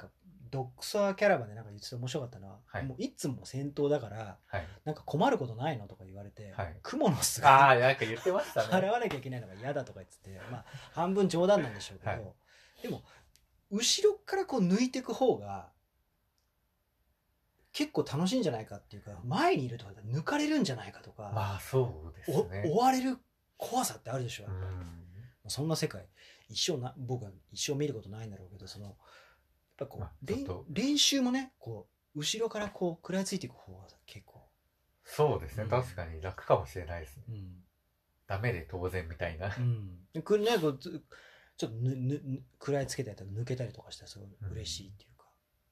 ドックサーキャラバンでなんか言ってて面白かったのは、 はいもういつも戦闘だからはい。 なんか困ることないのとか言われて、 はいクモの巣あがあ、なんか言ってましたね。 払わなきゃいけないのが嫌だとか言ってて、まあ半分冗談なんでしょうけど、 はいでも後ろからこう抜いていく方が結構楽しいんじゃないかっていうか、前にいるとか抜かれるんじゃないかとか、 まあそうですおね。 追われる怖さってあるでしょ、 うやっぱり。 ん。 そんな世界一生な僕は一生見ることないんだろうけど、そのやっぱこう、 まあちょっ練と練習もねこう後ろからこう食らいついていく方が結構、 そうですね、 うん確かに楽かもしれないですね。 うんダメで当然みたいな。 うん、でくるねこうずちょっとぬぬぬ食らいつけたりとか抜けたりとかしたらすごい嬉しいっていうか、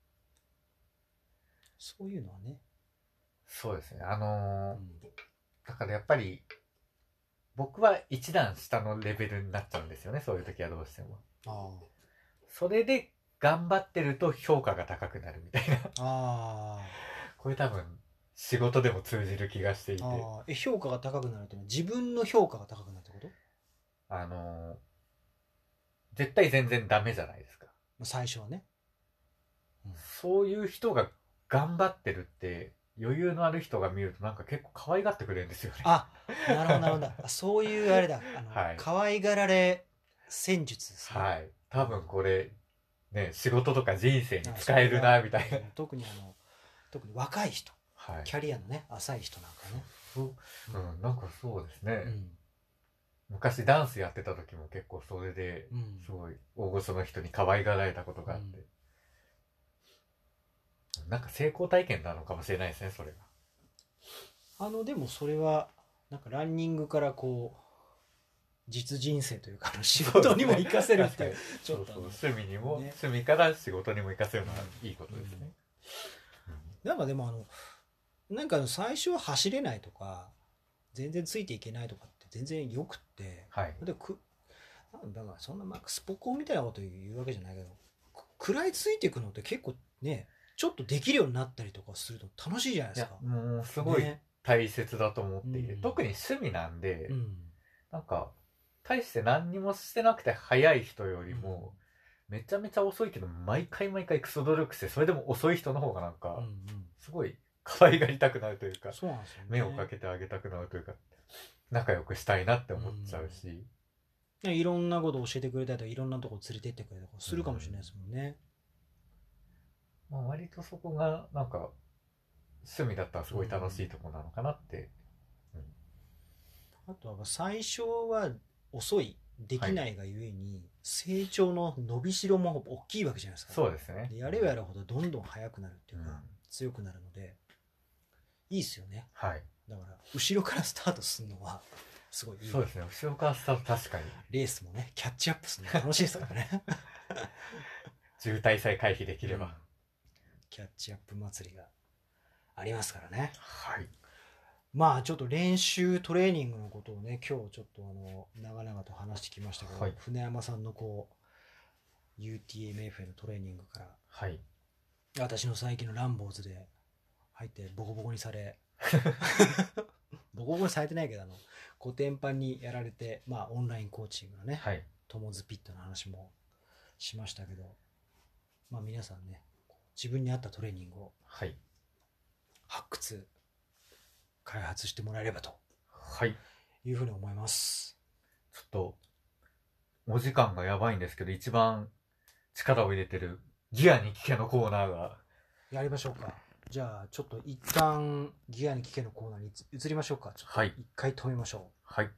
そういうのはね、 そうですね。あのーうんだからやっぱり、僕は一段下のレベルになっちゃうんですよね、そういう時はどうしても。 あそれで頑張ってると評価が高くなるみたいな。 ああこれ多分、仕事でも通じる気がしていて。 ああえ評価が高くなるっていうのは自分の評価が高くなるってこと？ あのー絶対全然ダメじゃないですか。 まあ最初はね。 そういう人が頑張ってるって余裕のある人が見るとなんか結構可愛がってくれるんですよね。 あ、なるほどなるほど。あそういうあれだ。あの、 はい可愛がられ戦術ですね。 はい。多分これ、ね、仕事とか人生に使えるな、みたいな。 うん特にあの、特に若い人、 はい。 キャリアのね、浅い人なんかね。 そう、うん、なんかそうですね。 うん。 昔ダンスやってた時も結構それで、 うんすごい大御所の人に可愛がられたことがあって。なんか成功体験なのかもしれないですね、それが。 あの、でもそれは、なんかランニングからこう、実人生というか、あの仕事にも活かせるっていう、ちょっとあのそうそう、趣味にも、 ね趣味から仕事にも活かせるのはいいことですね。 なんかでもあの、なんか最初は走れないとか、全然ついていけないとかって全然よくって、 はい。 でくなんだからそんなマックスポコンみたいなこと言うわけじゃないけど、く食らいついていくのって結構ね、ちょっとできるようになったりとかすると楽しいじゃないいやですか。、 もうすごいね大切だと思っていて、 うん特に趣味なんで、 うん。 なんか、大して何にもしてなくて早い人よりも、めちゃめちゃ遅いけど、毎回毎回クソ努力して、それでも遅い人の方がなんか、 うんうん。 すごい可愛がりたくなるというか、 そうなんですよね。 目をかけてあげたくなるというか、仲良くしたいなって思っちゃうし、 ねいろんなこと教えてくれたりとか、いろんなとこ連れてってくれたりとかするかもしれないですもんね。 まあ割とそこが、なんか、趣味だったらすごい楽しいとこなのかなって。 あとは最初は遅い、できないがゆえに、成長の伸びしろも大きいわけじゃないですか。 そうですね。 でやればやるほどどんどん速くなるっていうか、 うん強くなるので、いいですよね。 はい。 だから、後ろからスタートするのは、すごいいい。 そうですね。後ろからスタート確かに。 レースもね、キャッチアップするの楽しいですからね。 渋滞さえ回避できれば。 うんキャッチアップ祭りがありますからね。 はい。 まあちょっと練習トレーニングのことをね、今日ちょっとあの長々と話してきましたけど、 はい船山さんのこう ユーティーエムエフ へのトレーニングからはい。 私の最近のランボーズで入ってボコボコにされボコボコにされてないけどあのコテンパンにやられて、まあオンラインコーチングのね、 はい。 トモズピットの話もしましたけど、まあ皆さんね、自分に合ったトレーニングをはい。 発掘開発してもらえればとはい。 いうふうに思います。 ちょっと、お時間がやばいんですけど、一番力を入れてるギアに聞けのコーナーが、 やりましょうか。じゃあちょっと一旦ギアに聞けのコーナーに移りましょうか。ちょっとはい一回止めましょう。 はい。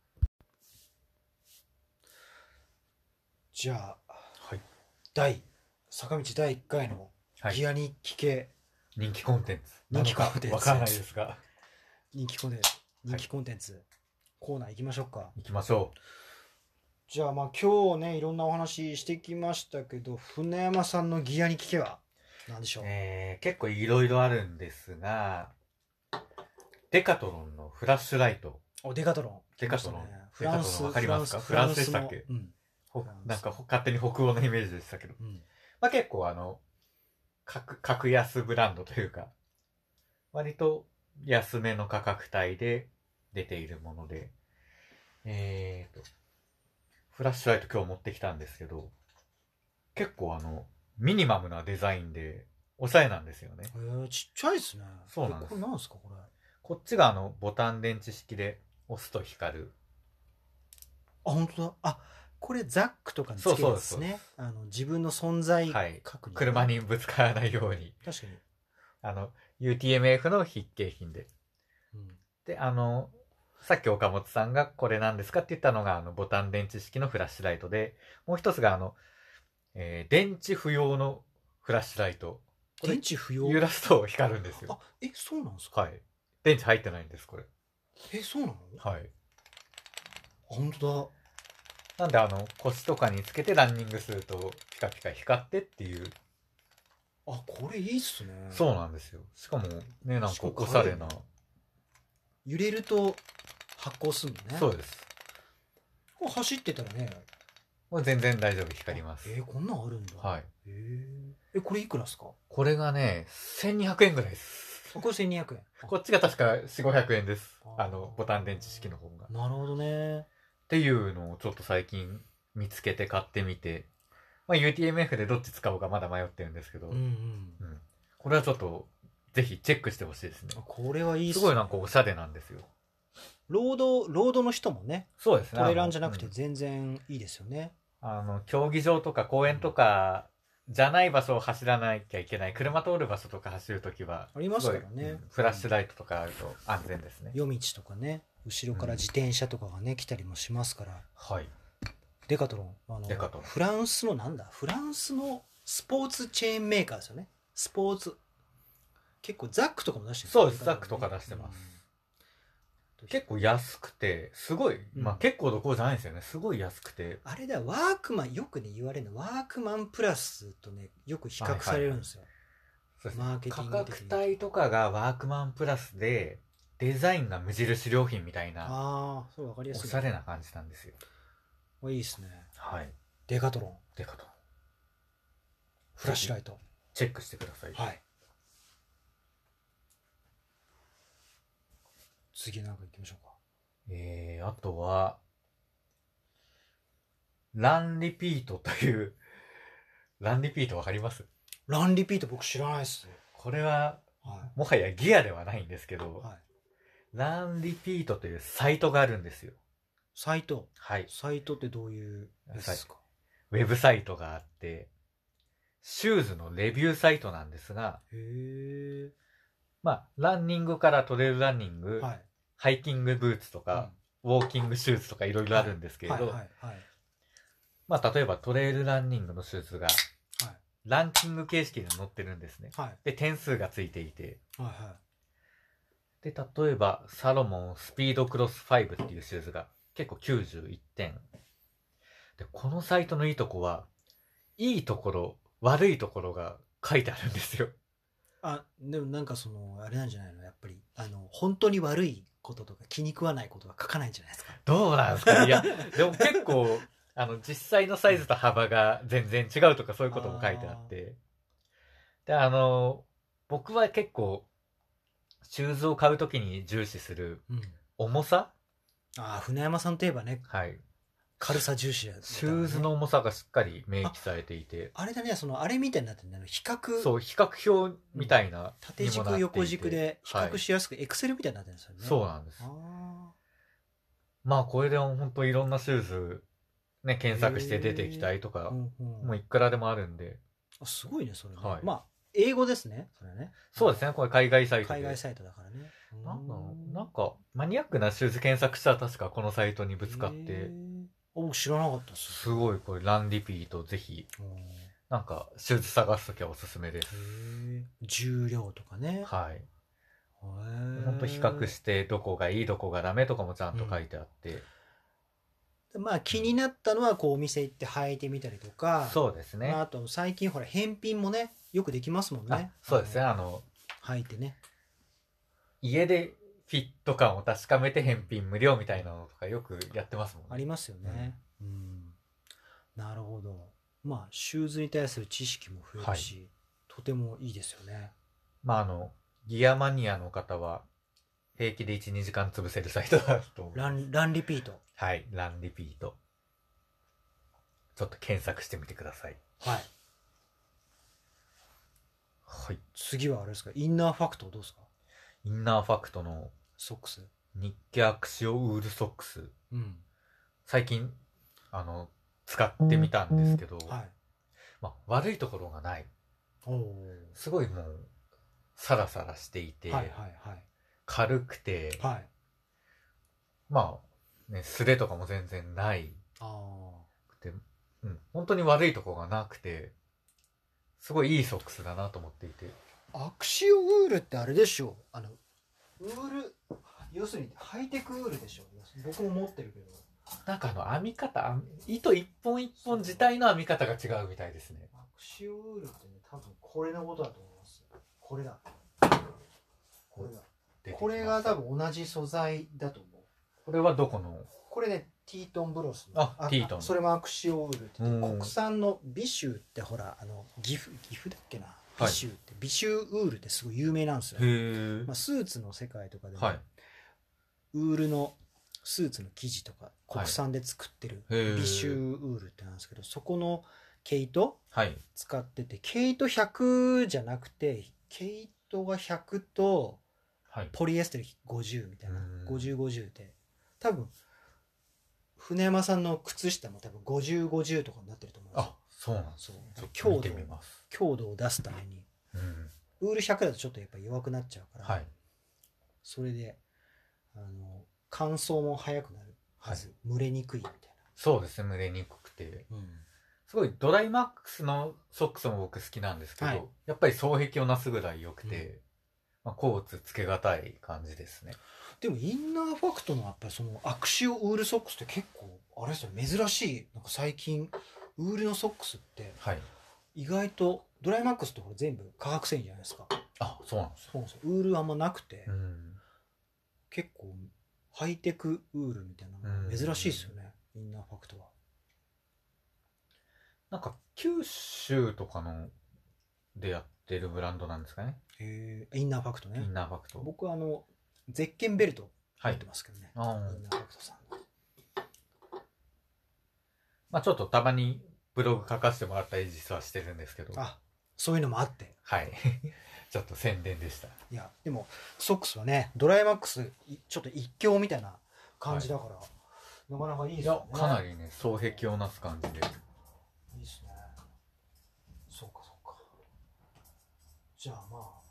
じゃあはい。 第坂道だいいっかいのはいギアに聞け、 人気コンテンツ。 人気コンテンツわかんないですが、 人気コンテンツ人気コンテンツ、コーナー行きましょうか。 行きましょじゃあまあ今日ねいろんなお話してきましたけど、船山さんのギアに聞けは何でしょう。 う。 えー、結構いろいろあるんですが、デカトロンのフラッシュライト。 おデカトロン。 デカトロン来ましたねフランスデカトロンわかりますか？ フランスフランスでしたっけのうんほフランスなんか勝手に北欧のイメージでしたけど。 うんまあ結構あの、格、格安ブランドというか、割と安めの価格帯で出ているもので、えーと、フラッシュライト今日持ってきたんですけど、結構あの、 ミニマムなデザインでおしゃれなんですよね。 えー、ちっちゃいですね。 そうなんです。 えこれなんですかこれ。 こっちがあのボタン電池式で押すと光る。 あ、本当だ。あ、これザックとかにつけるやつですね。あの自分の存在確認、 車にぶつからないように。 確かに。 あの ユーティーエムエフ の筆記品で。 うん、 で、あのさっき岡本さんがこれなんですかって言ったのがあのボタン電池式のフラッシュライトで、もう一つがあの、えー、電池不要のフラッシュライト。 電池不要。 揺らすと光るんですよ。 あ、え、そうなんですか。 はい。電池入ってないんですこれ。 え、そうなの。 はい。 本当だ。なんであの腰とかにつけてランニングするとピカピカ光ってっていう。 あ、これいいっすね。 そうなんですよ。しかもね、なんかおしゃれな。 揺れると発光するのね。 そうです。 これ走ってたらね。 これ全然大丈夫、光ります。 えー、こんなんあるんだ。 はい。 えー、え、これいくらですか。 これがね、せんにひゃくえんぐらいです。 これせんにひゃくえん。 こっちが確かよんひゃくごひゃくえんです。あの、ボタン電池式の方が。 なるほどね。 っていうのをちょっと最近見つけて買ってみて、まあ、ユーティーエムエフ でどっち使おうかまだ迷ってるんですけど、 うんうん。うん、 これはちょっとぜひチェックしてほしいですね。 これはいいっすね。 すごいなんかおしゃれなんですよ。 ロード、ロードの人もね、 そうですね。 トレランじゃなくて全然いいですよね。 あの、競技場とか公園とかじゃない場所を走らなきゃいけない、車通る場所とか走るときは、 ありますからね、 うん。フラッシュライトとかあると安全ですね。 夜道とかね、後ろから自転車とかがね、来たりもしますから。 はい。 デカトロン。あのデカトロン。 フランスのなんだフランスのスポーツチェーンメーカーですよね。スポーツ。結構ザックとかも出してる、 そうです、ザックとか出してます。 うん、 結構安くて、すごい、 うん、 まあ結構どころじゃないんですよね。すごい安くて。 あれだ、ワークマン、よくね、言われるの、ワークマンプラスとね、よく比較されるんですよ。 そうですね。 マーケティング価格帯とかがワークマンプラスで、デザインが無印良品みたいな、 ああ、それ分かりやすい。 おしゃれな感じなんですよ。 いいですね。 はい。 デカトロン。 デカトロン。 フラッシュライト。 チェックしてください。 はい。次なんか行きましょうか。 えー、あとは、ランリピートという、ランリピートわかります？ ランリピート僕知らないっす。 これは、 はい、 もはやギアではないんですけど、 はい、 ランリピートというサイトがあるんですよ。 サイト？ はい。 サイトってどういうやつですか？ ウェブサイトがあって、シューズのレビューサイトなんですが、 へー。 まあ、ランニングからトレイルランニング、はい、ハイキングブーツとか、うん、ウォーキングシューズとかいろいろあるんですけれど、まあ、例えばトレイルランニングのシューズが、ランキング形式で載ってるんですね。はい、で、点数がついていて、はいはい、で、例えば、サロモンスピードクロスファイブっていうシューズが結構きゅうじゅういってん。で、このサイトのいいとこは、いいところ、悪いところが書いてあるんですよ。 あ、でもなんかその、あれなんじゃないのやっぱり、あの、本当に悪いこととか気に食わないことは書かないんじゃないですか。 どうなんですか？いや、でも結構、あの、実際のサイズと幅が全然違うとかそういうことも書いてあって。で、あの、僕は結構、シューズを買うときに重視する、重さ、 うん、ああ、船山さんといえばね。 はい。 軽さ重視や、ね、 シューズの重さがしっかり明記されていて。 あ, あれだね、その、あれみたいになってるね。比較。 そう、比較表みたいな、うん。 縦軸、横軸で比較しやすく、エクセルみたいになってるんですよね。 そうなんです。あまあ、これでも本当いろんなシューズ、ね、検索して出てきたりとか、うんうん、もういくらでもあるんで。 あ、すごいね、それね。 はい、 まあ、英語ですね、それね。 そうですね、これ海外サイトで。 海外サイトだからね。 なんだろう、なんか、マニアックなシューズ検索したら確かこのサイトにぶつかって。 お、知らなかったっす。 すごい、これ、ランリピート、ぜひ、なんか、シューズ探すときはおすすめです。 重量とかね。 はい。ほんと比較して、どこがいい、どこがダメとかもちゃんと書いてあって。 うん、まあ、気になったのは、こう、お店行って履いてみたりとか。 そうですね。 まあ、あと、最近、ほら、返品もね、よくできますもんね。 そうですね、あの、 履いてね。 家で、フィット感を確かめて返品無料みたいなのとかよくやってますもんね。 ありますよね。うん。うん、なるほど。まあ、シューズに対する知識も増えるし、はい、とてもいいですよね。 まあ、あの、ギアマニアの方は、平気でいち、にじかん潰せるサイトだと思う。 ラン、ランリピート。 はい、ランリピート。ちょっと検索してみてください。 はい。 次はあれですか、インナーファクトどうですか？ インナーファクトのソックス。 ニッケアクシオウールソックス。 うん。 最近、あの、使ってみたんですけど、 はい。 まあ、悪いところがない。 おすごいもう、サラサラしていて、 はいはいはい。 軽くて、 はい。 まあ、ね、スレとかも全然ないあくて、うん、本当に悪いところがなくて、すごいいいソックスだなと思っていて。 あ。アクシオウールってあれでしょ、あの、ウール、要するにハイテクウールでしょ。僕も持ってるけど。 なんかあの編み方、糸一本一本自体の編み方が違うみたいですね。 アクシオウールってね、多分これのことだと思います。これだ。これだ。これが多分同じ素材だと思う。 これはどこの？ これね、ティートンブロスの。 あ、ティートン。 それもアクシオウールって言って、国産の美州ってほら、あの、岐阜、岐阜だっけな。美州って、はい、美州ウールってすごい有名なんですよ。 へ、 まあ、スーツの世界とかでも、 はい、 ウールのスーツの生地とか国産で作ってる美州ウールってなんですけど、そこの毛糸、はい、使ってて、毛糸ひゃくじゃなくて毛糸がひゃくとポリエステルごじゅうみたいな、ごじゅうごじゅうで多分船山さんの靴下も多分ごじゅうごじゅうとかになってると思うんですよ。あ、そうなんですね。強度、強度を出すために、うん、ウールひゃくだとちょっとやっぱ弱くなっちゃうから、はい、それであの乾燥も早くなるはず、はい、蒸れにくいみたいな。そうですね、蒸れにくくて、うん、すごいドライマックスのソックスも僕好きなんですけど、はい、やっぱり双璧をなすぐらい良くて、うん、まあ、コーツつけがたい感じですね。でもインナーファクトのやっぱりそのアクシオウールソックスって結構あれですよ、珍しい。なんか最近ウールのソックスって意外とドライマックスって全部化学繊維じゃないですか。あ、そうなんですよ。そうなんですよ。ウールあんまなくて、うん、結構ハイテクウールみたいなの珍しいですよね、インナーファクトは。なんか九州とかのでやってるブランドなんですかね。へえ、インナーファクトね。インナーファクト。僕はあのゼッケンベルト持ってますけどね。はい、インナーファクトさんの。まあちょっとたまにブログ書かせてもらったり実はしてるんですけど。あ、そういうのもあって。はい。ちょっと宣伝でした。いや、でもソックスはね、ドライマックスちょっと一強みたいな感じだから、はい、なかなかいいですよね。いや、かなりね、双璧をなす感じで。いいですね。そうかそうか。じゃあまあ、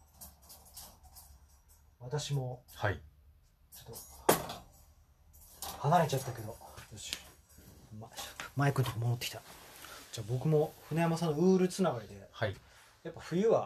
私も、はい。ちょっと、離れちゃったけど、よし。ま、マイクのとこ戻ってきた。じゃあ僕も船山さんのウールつながりで、はい。やっぱ冬は、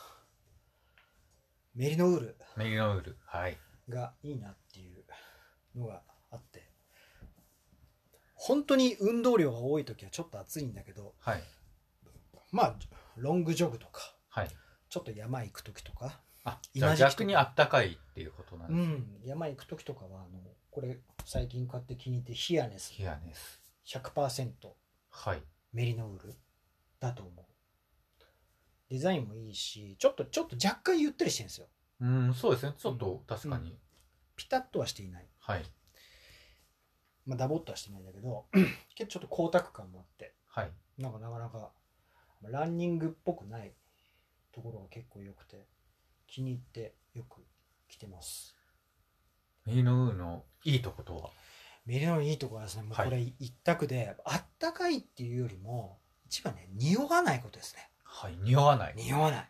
メリノウール。メリノウール。はい。がいいなっていうのがあって。本当に運動量が多い時はちょっと暑いんだけど、はい。まあ、ロングジョグとか、はい。ちょっと山行く時とか。あ、じゃあ逆にあったかいっていうことなんですね。うん。山行く時とかは、あの、これ最近買って気に入ってヒアネス。ヒアネス。ひゃくパーセント。はい。メリノウールだと思う。デザインもいいし、ちょっとちょっと若干ゆったりしてるんですよ。うん、そうですね。ちょっと確かに、うん、ピタッとはしていない。はい。まあダボっとはしてないんだけど、結構ちょっと光沢感もあって、はい。なんかなかなかランニングっぽくないところが結構良くて気に入ってよく着てます。メリノウールのいいとことは？メリノウールのいいところはですね、もうこれ一択で、はい、あったかいっていうよりも一番ね、匂わないことですね。はい、匂わない。匂わない。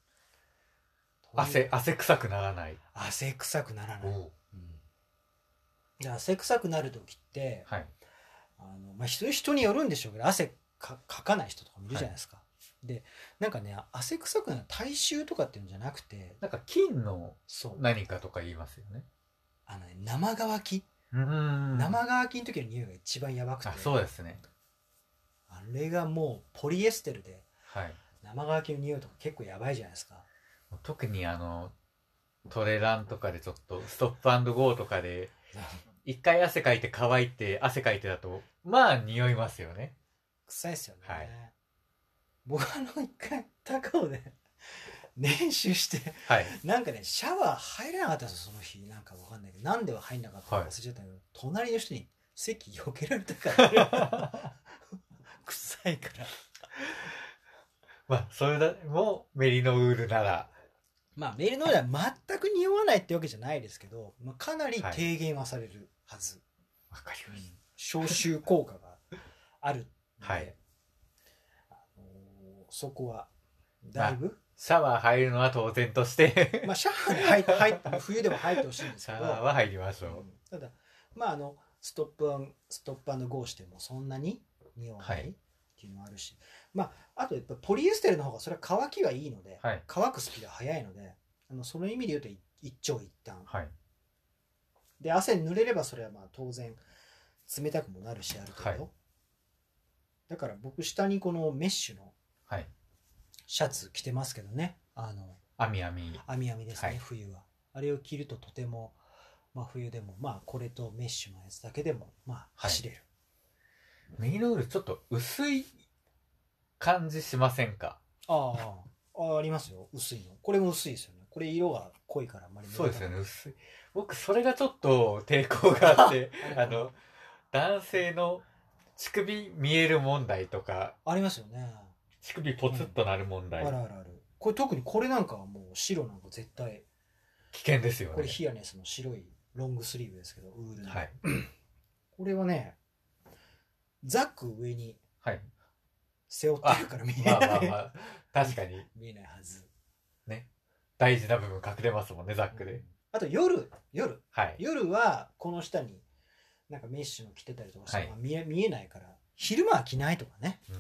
汗、汗臭くならない。汗臭くならない。うん、で汗臭くなる時って、はい、あのまあ、人, 人によるんでしょうけど、汗かかかない人とかもいるじゃないですか。はい、で、なんかね、汗臭くなる体臭とかっていうんじゃなくて、なんか菌の何かとか言いますよね。あのね、生乾き。うん生乾きの時の匂いが一番やばくて。あ、そうですね。あれがもうポリエステルで、はい、生乾きの匂いとか結構やばいじゃないですか。特にあのトレランとかでちょっとストップ&ゴーとかで一回汗かいて乾いて汗かいてだとまあ匂いますよね。臭いですよね。はい、僕あの一回高尾で練習して、はい、なんかねシャワー入れなかったんですよ、その日。なんかわかんないけど、なんでは入んなかったか忘れちゃったけど、はい、隣の人に席避けられたから臭いからまあそれだもメリノウールならまあメリノールは全く匂わないってわけじゃないですけど、まあ、かなり低減はされるはず。 わ、はい、かります。 消臭効果があるので、 はい、 あのー、そこはだいぶシャワー入るのは当然としてまあシャワーに入って入って冬でも入ってほしいんですけど、 シャワーは入りましょう、うん、 ただまああのストップアンストップアンドゴーしてもそんなに匂わないっていうのもあるし、はい、まああとやっぱポリエステルの方がそれは乾きはいいので、はい、乾くスピードが速いので、あのその意味で言うと一長一短、はい、で汗に濡れればそれはまあ当然冷たくもなるしある程度、はい、だから僕下にこのメッシュのシャツ着てますけどね、あの網網網網ですね、はい、冬はあれを着るととても、まあ、冬でもまあこれとメッシュのやつだけでもまあ走れる、 はい、メイノウールちょっと薄い感じしませんか？ ああ あ, ありますよ、薄いの。これも薄いですよね。これ色が濃いからあんまり。 そうですよね、薄い。僕それがちょっと抵抗があってあの男性の乳首見える問題とかありますよね。 乳首ポツッとなる問題、 うん、あるあるある。これ特にこれなんかはもう白なんか絶対危険ですよね。 これヒアネスの白いロングスリーブですけど、ウールの、 はい、 これはねザック上に背負ってるから見えない、 まあまあまあ確かに見えないはずね。大事な部分隠れますもんね、ザックで、うん、 あと夜夜、 はい、 夜はこの下になんかメッシュの着てたりとかして、はい、まあ、見え、見えないから昼間は着ないとかね、うん、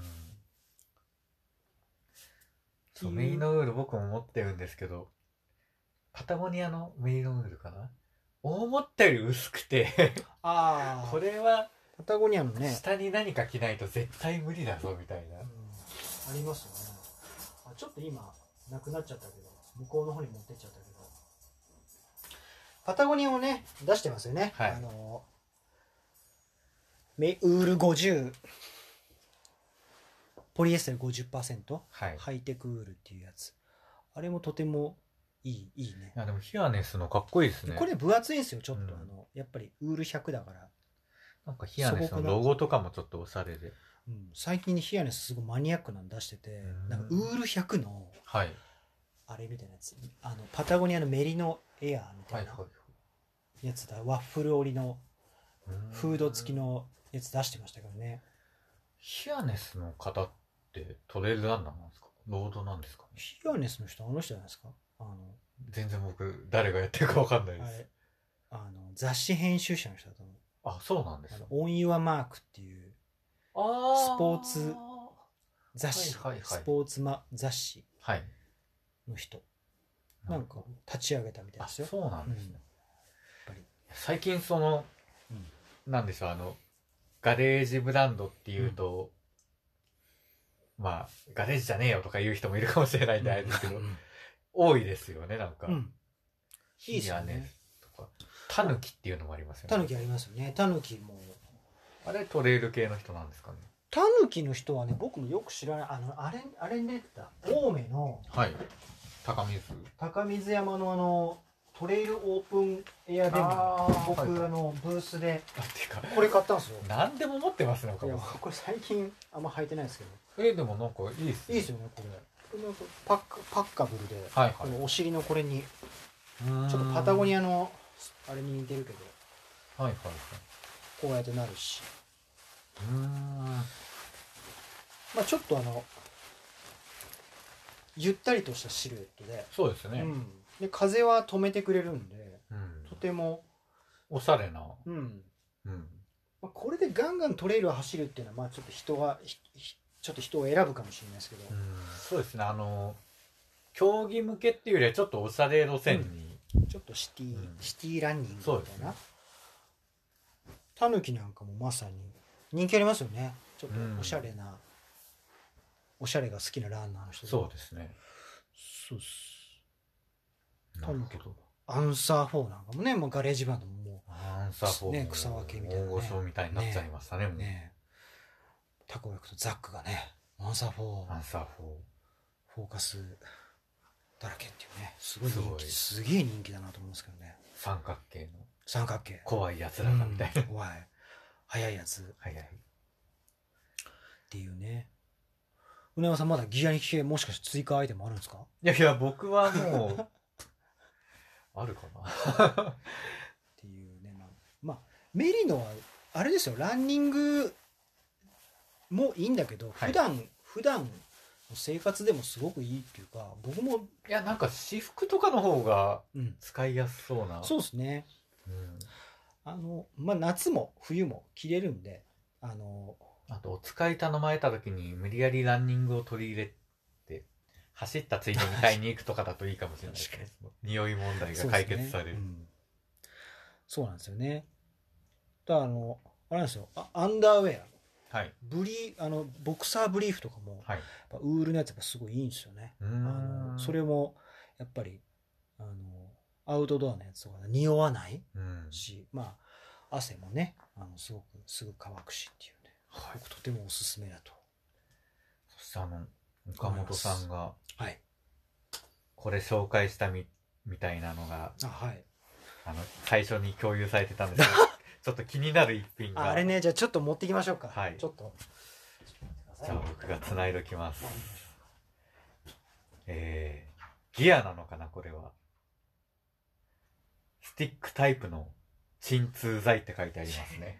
そうメイノウール僕も持ってるんですけど、パタゴニアのメイノウールかな、思ったより薄くてあこれはパタゴニアのね下に何か着ないと絶対無理だぞみたいな、うん、 ありますよね。あちょっと今なくなっちゃったけど向こうの方に持ってっちゃったけど、パタゴニアをね出してますよね、はい、あのメウールごじゅうポリエステル ごじゅっパーセント、はい、ハイテクウールっていうやつ、あれもとてもいいいいね。 いやでもヒアネスのかっこいいですね。 これ分厚いんですよちょっと、うん、あのやっぱりウールひゃくだからなんかヒアネスのロゴとかもちょっとおしゃれで、 うん、最近ヒアネスすごいマニアックなの出してて、なんかウールひゃくの、はい、あれみたいなやつ、あのパタゴニアのメリノエアーみたいなやつだ、ワッフル織りのフード付きのやつ出してましたけどね。 ヒアネスの方ってトレイルランナーなんですか、ロードなんですかね。 ヒアネスの人あの人じゃないですか、あの全然僕誰がやってるか分かんないです。 あの雑誌編集者の人だと思う。 あ、そうなんですね。 オンユアマークっていうスポーツ雑誌、はいはいはい、スポーツマ雑誌の人、はい、なんか立ち上げたみたいですよ。 あ、そうなんですね、うん、やっぱり最近その、うん、なんでしょう、あのガレージブランドっていうと、うん、まあガレージじゃねえよとか言う人もいるかもしれないんであれですけど、うん、多いですよね、なんか、うん、いいですよね。とかタヌキっていうのもありますよね。 タヌキありますよね。タヌキもあれトレイル系の人なんですかね。 タヌキの人はね僕もよく知らない。あのあれあれに出てた青梅の、はい、高水高水山のあのトレイルオープンエアデモ、僕、はい、あのブースでこれ買ったんですよ。何でも持ってますね。いやこれ最近あんま履いてないですけど。 えー、でもなんかいいですね。 いいですよねこれ。パッパッカブルで、はいはい、このお尻のこれにちょっとパタゴニアのあれに似てるけど、はいはいはい、こうやってなるし、うーん、まあちょっとあのゆったりとしたシルエットで、 そうですね、うん、 で風は止めてくれるんで、うん、とてもおしゃれな、うんうん、 まあ、これでガンガントレイルを走るっていうのはまあちょっと人がちょっと人を選ぶかもしれないですけど、うん、 そうですね、あの競技向けっていうよりはちょっとおしゃれ路線に、 うん、ちょっとシティ、うん、シティランニングみたいな、タヌキなんかもまさに人気ありますよね。ちょっとおしゃれな、うん、おしゃれが好きなランナーの人。 そうですね。 そうっす。タヌキとアンサーフォーなんかもね、もうガレージバンドももうアンサーフォーね、草分けみたいな、ね、 大御所みたいになっちゃいましたね。ねね、タコヤクとザックがね、アンサーフォー、 アンサーフォー、 フォーカスだらけっていうね、すごい人気、すげえ人気だなと思うんですけどね。 三角形の三角形、 怖いやつらだみたいな、うん、 怖い速いやつ、 速いっていうね。うなやさんまだギアに系もしかして追加アイテムあるんですか？ いやいや僕はもうあるかなっていうね、まあ、まあ、メリノはあれですよ、ランニングもいいんだけど、 はい普段普段の生活でもすごくいいっていうか、僕も、 いやなんか私服とかの方がうん、 使いやすそうな。 そうですね。 うんあの、まあ、夏も冬も着れるんで、あの、 あとお使い頼まれた時に無理やりランニングを取り入れて走ったついでに買いに行くとかだといいかもしれないですね。匂い問題が解決される。 そうですね、うん、そうなんですよね。だからあのあれなんですよ、あアンダーウェア、 はい、 ブリあのボクサーブリーフとかも、 はい、 やっぱウールのやつがすごいいいんですよね。 うーあんのそれもやっぱりあのアウトドアのやつとか匂わないうんし、まあ汗もね、あのすごくすぐ乾くしっていうね、 はい、 僕とてもおすすめだと。 そしてあの岡本さんがはいこれ紹介したみみたいなのがあはいあの最初に共有されてたんですけどちょっと気になる一品があ, あれね、じゃあちょっと持ってきましょうか。 はい、 ちょっとじゃあ僕がつないでおきます。えー、ギアなのかなこれは。スティックタイプの鎮痛剤って書いてありますね。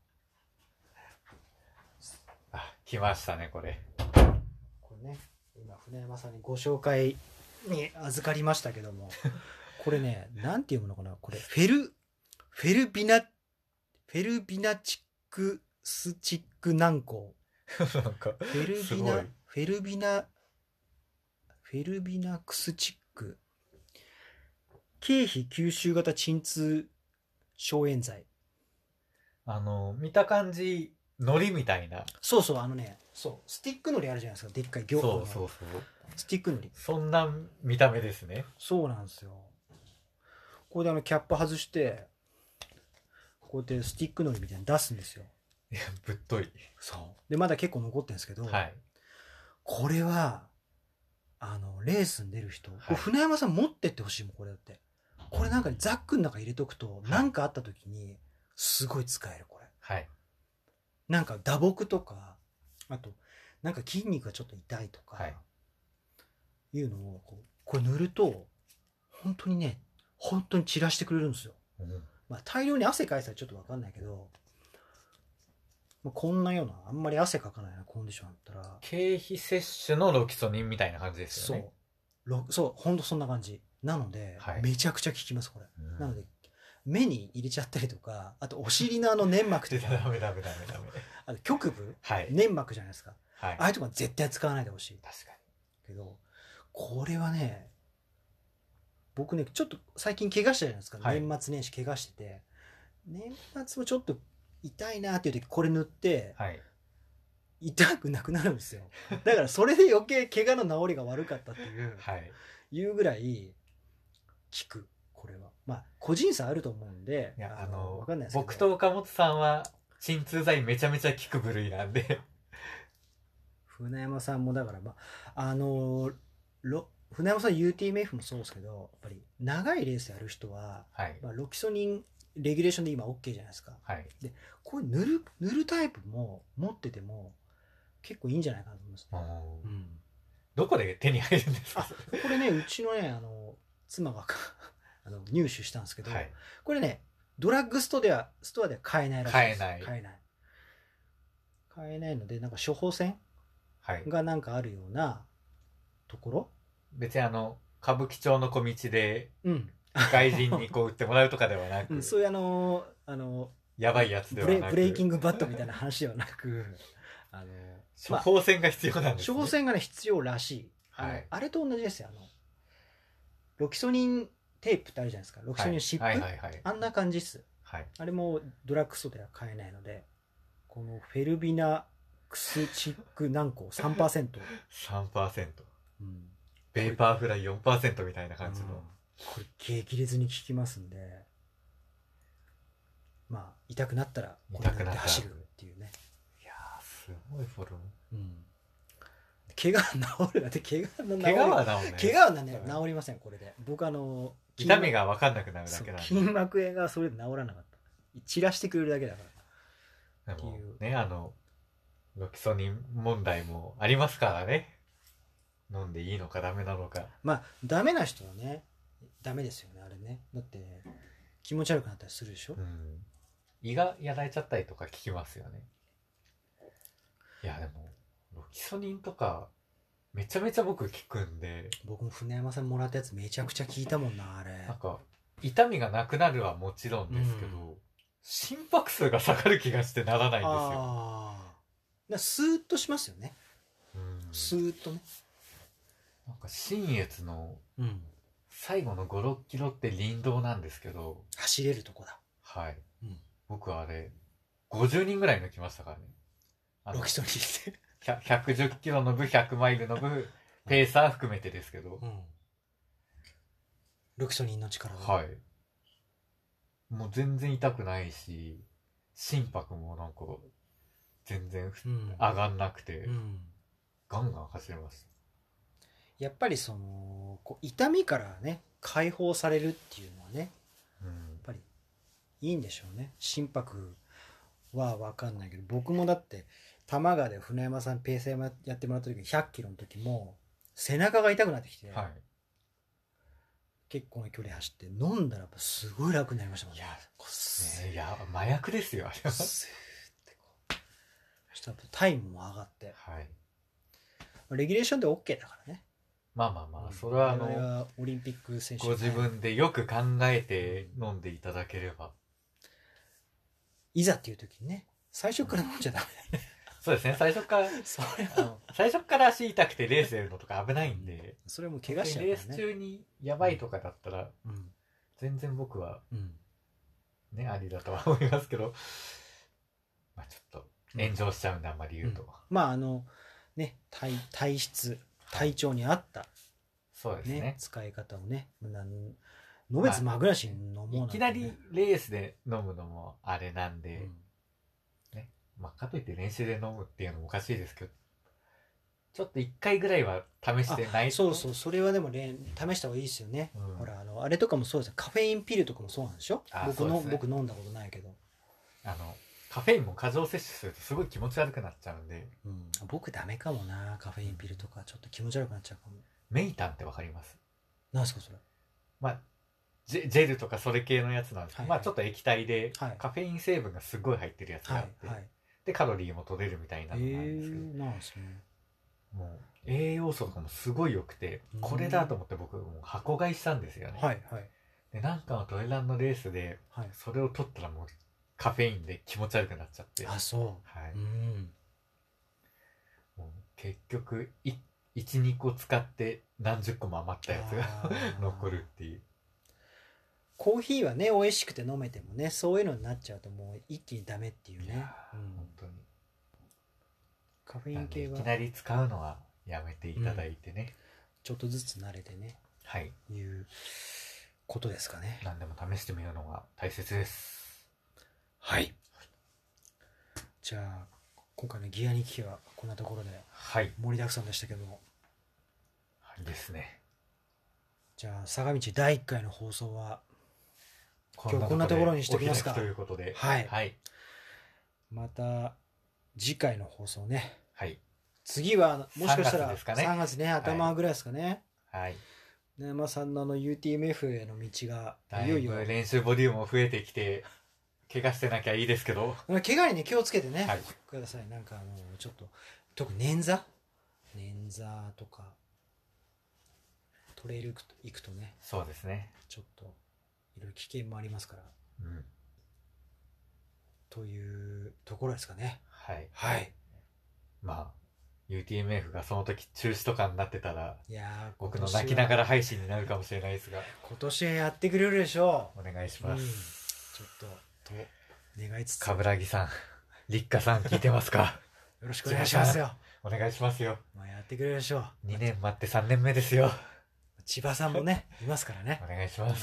あ、来ましたねこれ。 これね、今船山さんにご紹介に預かりましたけどもこれね、なんて読むのかな、これフェルフェルビナフェルビナチックスチック軟膏なんかフェルすごいビナフェルビナフェルビナクスチック経費吸収型鎮痛消炎剤。 あの見た感じ海苔みたいな。 そうそう、あのね、そうスティック海苔あるじゃないですか、でっかい業そうそうそう。 スティック海苔、 そんな見た目ですね。 そうなんですよ。これであのキャップ外してこうやってスティック海苔みたいに出すんですよ。 いやぶっとい。 そうでまだ結構残ってるんですけど、 はい、 これはあのレースに出る人、 はい、 これ船山さん持ってってほしいもん。これだってこれなんかにザックの中入れとくと何、はい、かあった時にすごい使える。これ、 はい、 なんか打撲とか、あとなんか筋肉がちょっと痛いとか、はい、いうのをこうこれ塗ると本当にね、本当に散らしてくれるんですよ。うん、まあ、大量に汗かいたらちょっと分かんないけど、まあ、こんなようなあんまり汗かかないようなコンディションだったら経費摂取のロキソニンみたいな感じですよね。 そうそう、ほんとそんな感じなので、はい、めちゃくちゃ効きますこれ、うん、なので目に入れちゃったりとか、あとお尻のあの粘膜とかダメダメダメダメあと局部、 はい、 粘膜じゃないですか、はい、ああいうとこは絶対使わないでほしい。 確かに。 けどこれはね、僕ねちょっと最近怪我したじゃないですか、はい、年末年始怪我してて、年末もちょっと痛いなっていう時これ塗って、はい、痛くなくなるんですよ。だからそれで余計怪我の治りが悪かったっていう、はい、いうぐらい効く。これはまあ個人差あると思うんで、 いやあの分かんないですけど、 僕と岡本さんは鎮痛剤めちゃめちゃ効く部類なんで船山さんもだから、まああのロ船山さん ユーティーエムエフ もそうですけど、やっぱり長いレースやる人は、はい、まあ、ロキソニンレギュレーションで今 OK じゃないですか、はい、でこれ塗る塗るタイプも持ってても結構いいんじゃないかなと思いますね。うん、 どこで手に入るんですか？ これね、うちのね、あの妻があの入手したんですけど、はい、これねドラッグストアではストアでは買えないらしいです。買えない買えない買えないので、なんか処方箋がなんかあるようなところ、はい、 別にあの歌舞伎町の小道で、うん、外人にこう売ってもらうとかではなく、うん、 そういうあのあのやばいやつではなく、 ブレ、ブレイキングバットみたいな話ではなくあの処方箋が必要なんですね。 処方箋がね必要らしい。あの、はい、あれと同じですよ。あのロキソニンテープってあるじゃないですか。ロキソニンシップ、はいはいはいはい、あんな感じっす、はい、あれもドラッグストアでは買えないので、このフェルビナクスチック軟膏 さんパーセントさんパーセント、うん、ベーパーフライ よんパーセント みたいな感じの、うん、 これ激烈に効きますんで、まあ痛くなったらこれで走るっていうね。 いやーすごいフォルム、うん、 怪我は治るだって怪我の治怪我は治るね。 怪我はね治りませんこれで。僕あの痛みが分かんなくなるだけなんで、 筋膜炎がそれで治らなかった、散らしてくれるだけだから。 でもね、あのロキソニン問題もありますからね。飲んでいいのかダメなのか。 まあダメな人はねダメですよねあれね。だって気持ち悪くなったりするでしょ、 うん、胃がやられちゃったりとか聞きますよね。いやでもロキソニンとかめちゃめちゃ僕効くんで。 僕も船山さんもらったやつめちゃくちゃ効いたもんなあれ。 なんか痛みがなくなるはもちろんですけど、うん、心拍数が下がる気がしてならないんですよ。 あだスーッとしますよね、うん、スーッとね。 なんか信越の最後のご、ろっキロって林道なんですけど、 走れるとこだ。 はい、うん、僕はあれごじゅうにんぐらい抜きましたからね。あのロキソニンでひゃくじゅっキロの部ひゃくマイルの部ペーサー含めてですけど、うん、 ロキソニンの力で、 はい、もう全然痛くないし心拍もなんか全然上がんなくて、うんうん、ガンガン走れます。 やっぱりそのこう痛みからね解放されるっていうのはね、うん、やっぱりいいんでしょうね。心拍は分かんないけど、僕もだって多摩川で船山さんペーサーやってもらった時にひゃっキロの時も背中が痛くなってきて、はい、結構な距離走って飲んだらやっぱすごい楽になりましたもんね。いや、こうね、いや麻薬ですよあれは。スーってこうそしたらタイムも上がって、はい、レギュレーションで OK だからね。 まあまあまあそれはあのはオリンピック選手ご自分でよく考えて飲んでいただければ、 いざっていう時にね最初から飲んじゃダメだね。 そうですね、最初からそれあの最初から足痛くてレースやるのとか危ないんで、 それも怪我しちゃうからね。 レース中にやばいとかだったら、うん、全然僕は、うん、ねありだとは思いますけど、まあちょっと炎上しちゃうんであんまり言うと、うん、 まああのね 体, 体質体調に合った、はい、 そうですね、 使い方をねのべつまぐらしに飲もうなんて、ね、 いきなりレースで飲むのもあれなんで、うんね、まあ、かといって練習で飲むっていうのもおかしいですけど、ちょっといっかいぐらいは試してないと。 そうそう、それはでも試した方がいいですよね、うん、ほらあのあれとかもそうですよ、カフェインピルとかもそうなんでしょ。僕の、ね、僕飲んだことないけど、 あのカフェインも過剰摂取するとすごい気持ち悪くなっちゃうんで、 うん、僕ダメかもな、カフェインピルとかちょっと気持ち悪くなっちゃうかも。 メイタンってわかります？ なんですかそれ。 まあジ ェ, ジェルとかそれ系のやつなんですけど、はいはい、まあちょっと液体でカフェイン成分がすごい入ってるやつがあって、はいはい、でカロリーも取れるみたいなのなんですけど、えー、なんですね、もう栄養素とかもすごい良くて、これだと思って僕もう箱買いしたんですよね、はいはい、でなんかのトレランのレースでそれを取ったらもうカフェインで気持ち悪くなっちゃって、 あそう、はい、うんもう結局いち、にこ使って何十個も余ったやつが残るっていう。 コーヒーはね美味しくて飲めてもね、そういうのになっちゃうともう一気にダメっていうね、いや、うん、本当にカフェイン系はいきなり使うのはやめていただいてね、うん、 ちょっとずつ慣れてね、はい、いうことですかね。 何でも試してみるのが大切です。 はい、じゃあ今回のギアに聞きはこんなところで盛りだくさんでしたけども、 はい、ですね。 じゃあ坂道だいいっかいの放送は今日こんなところにしておきますか。 ということで、 はい、はい、また次回の放送ね、はい、次はもしかしたらさんがつね、頭ぐらいですかね。はい、ね、山さんのあの ユーティーエムエフ への道がいよいよ練習ボリュームも増えてきて、怪我してなきゃいいですけど、 怪我にね気をつけてね、はい、ください。なんかあのちょっと特に捻挫捻挫とかトレイル行くとね、 そうですね、 ちょっといろいろ危険もありますから、うん、というところですかね。はい、はい、 まあ ユーティーエムエフ がその時中止とかになってたら、いや僕の泣きながら配信になるかもしれないですが、 今年はやってくれるでしょう。お願いします、うん、 ちょっとと願いつつ、 冠城さん、立花さん聞いてますか？ よろしくお願いしますよ。 お願いしますよ。 まあやってくれるでしょう。 にねん待ってさんねんめですよ。 千葉さんもねいますからね。 お願いします、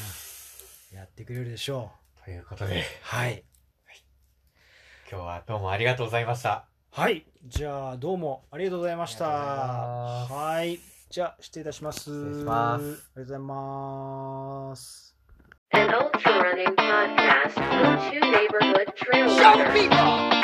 うん、やってくれるでしょう。ということで、 はい、はい、 今日はどうもありがとうございました。 はい、じゃあどうもありがとうございました。はい、じゃあ失礼いたします。 失礼します。ありがとうございます。 An ultra running podcast, Go to Neighborhood Trail Show Runner. people!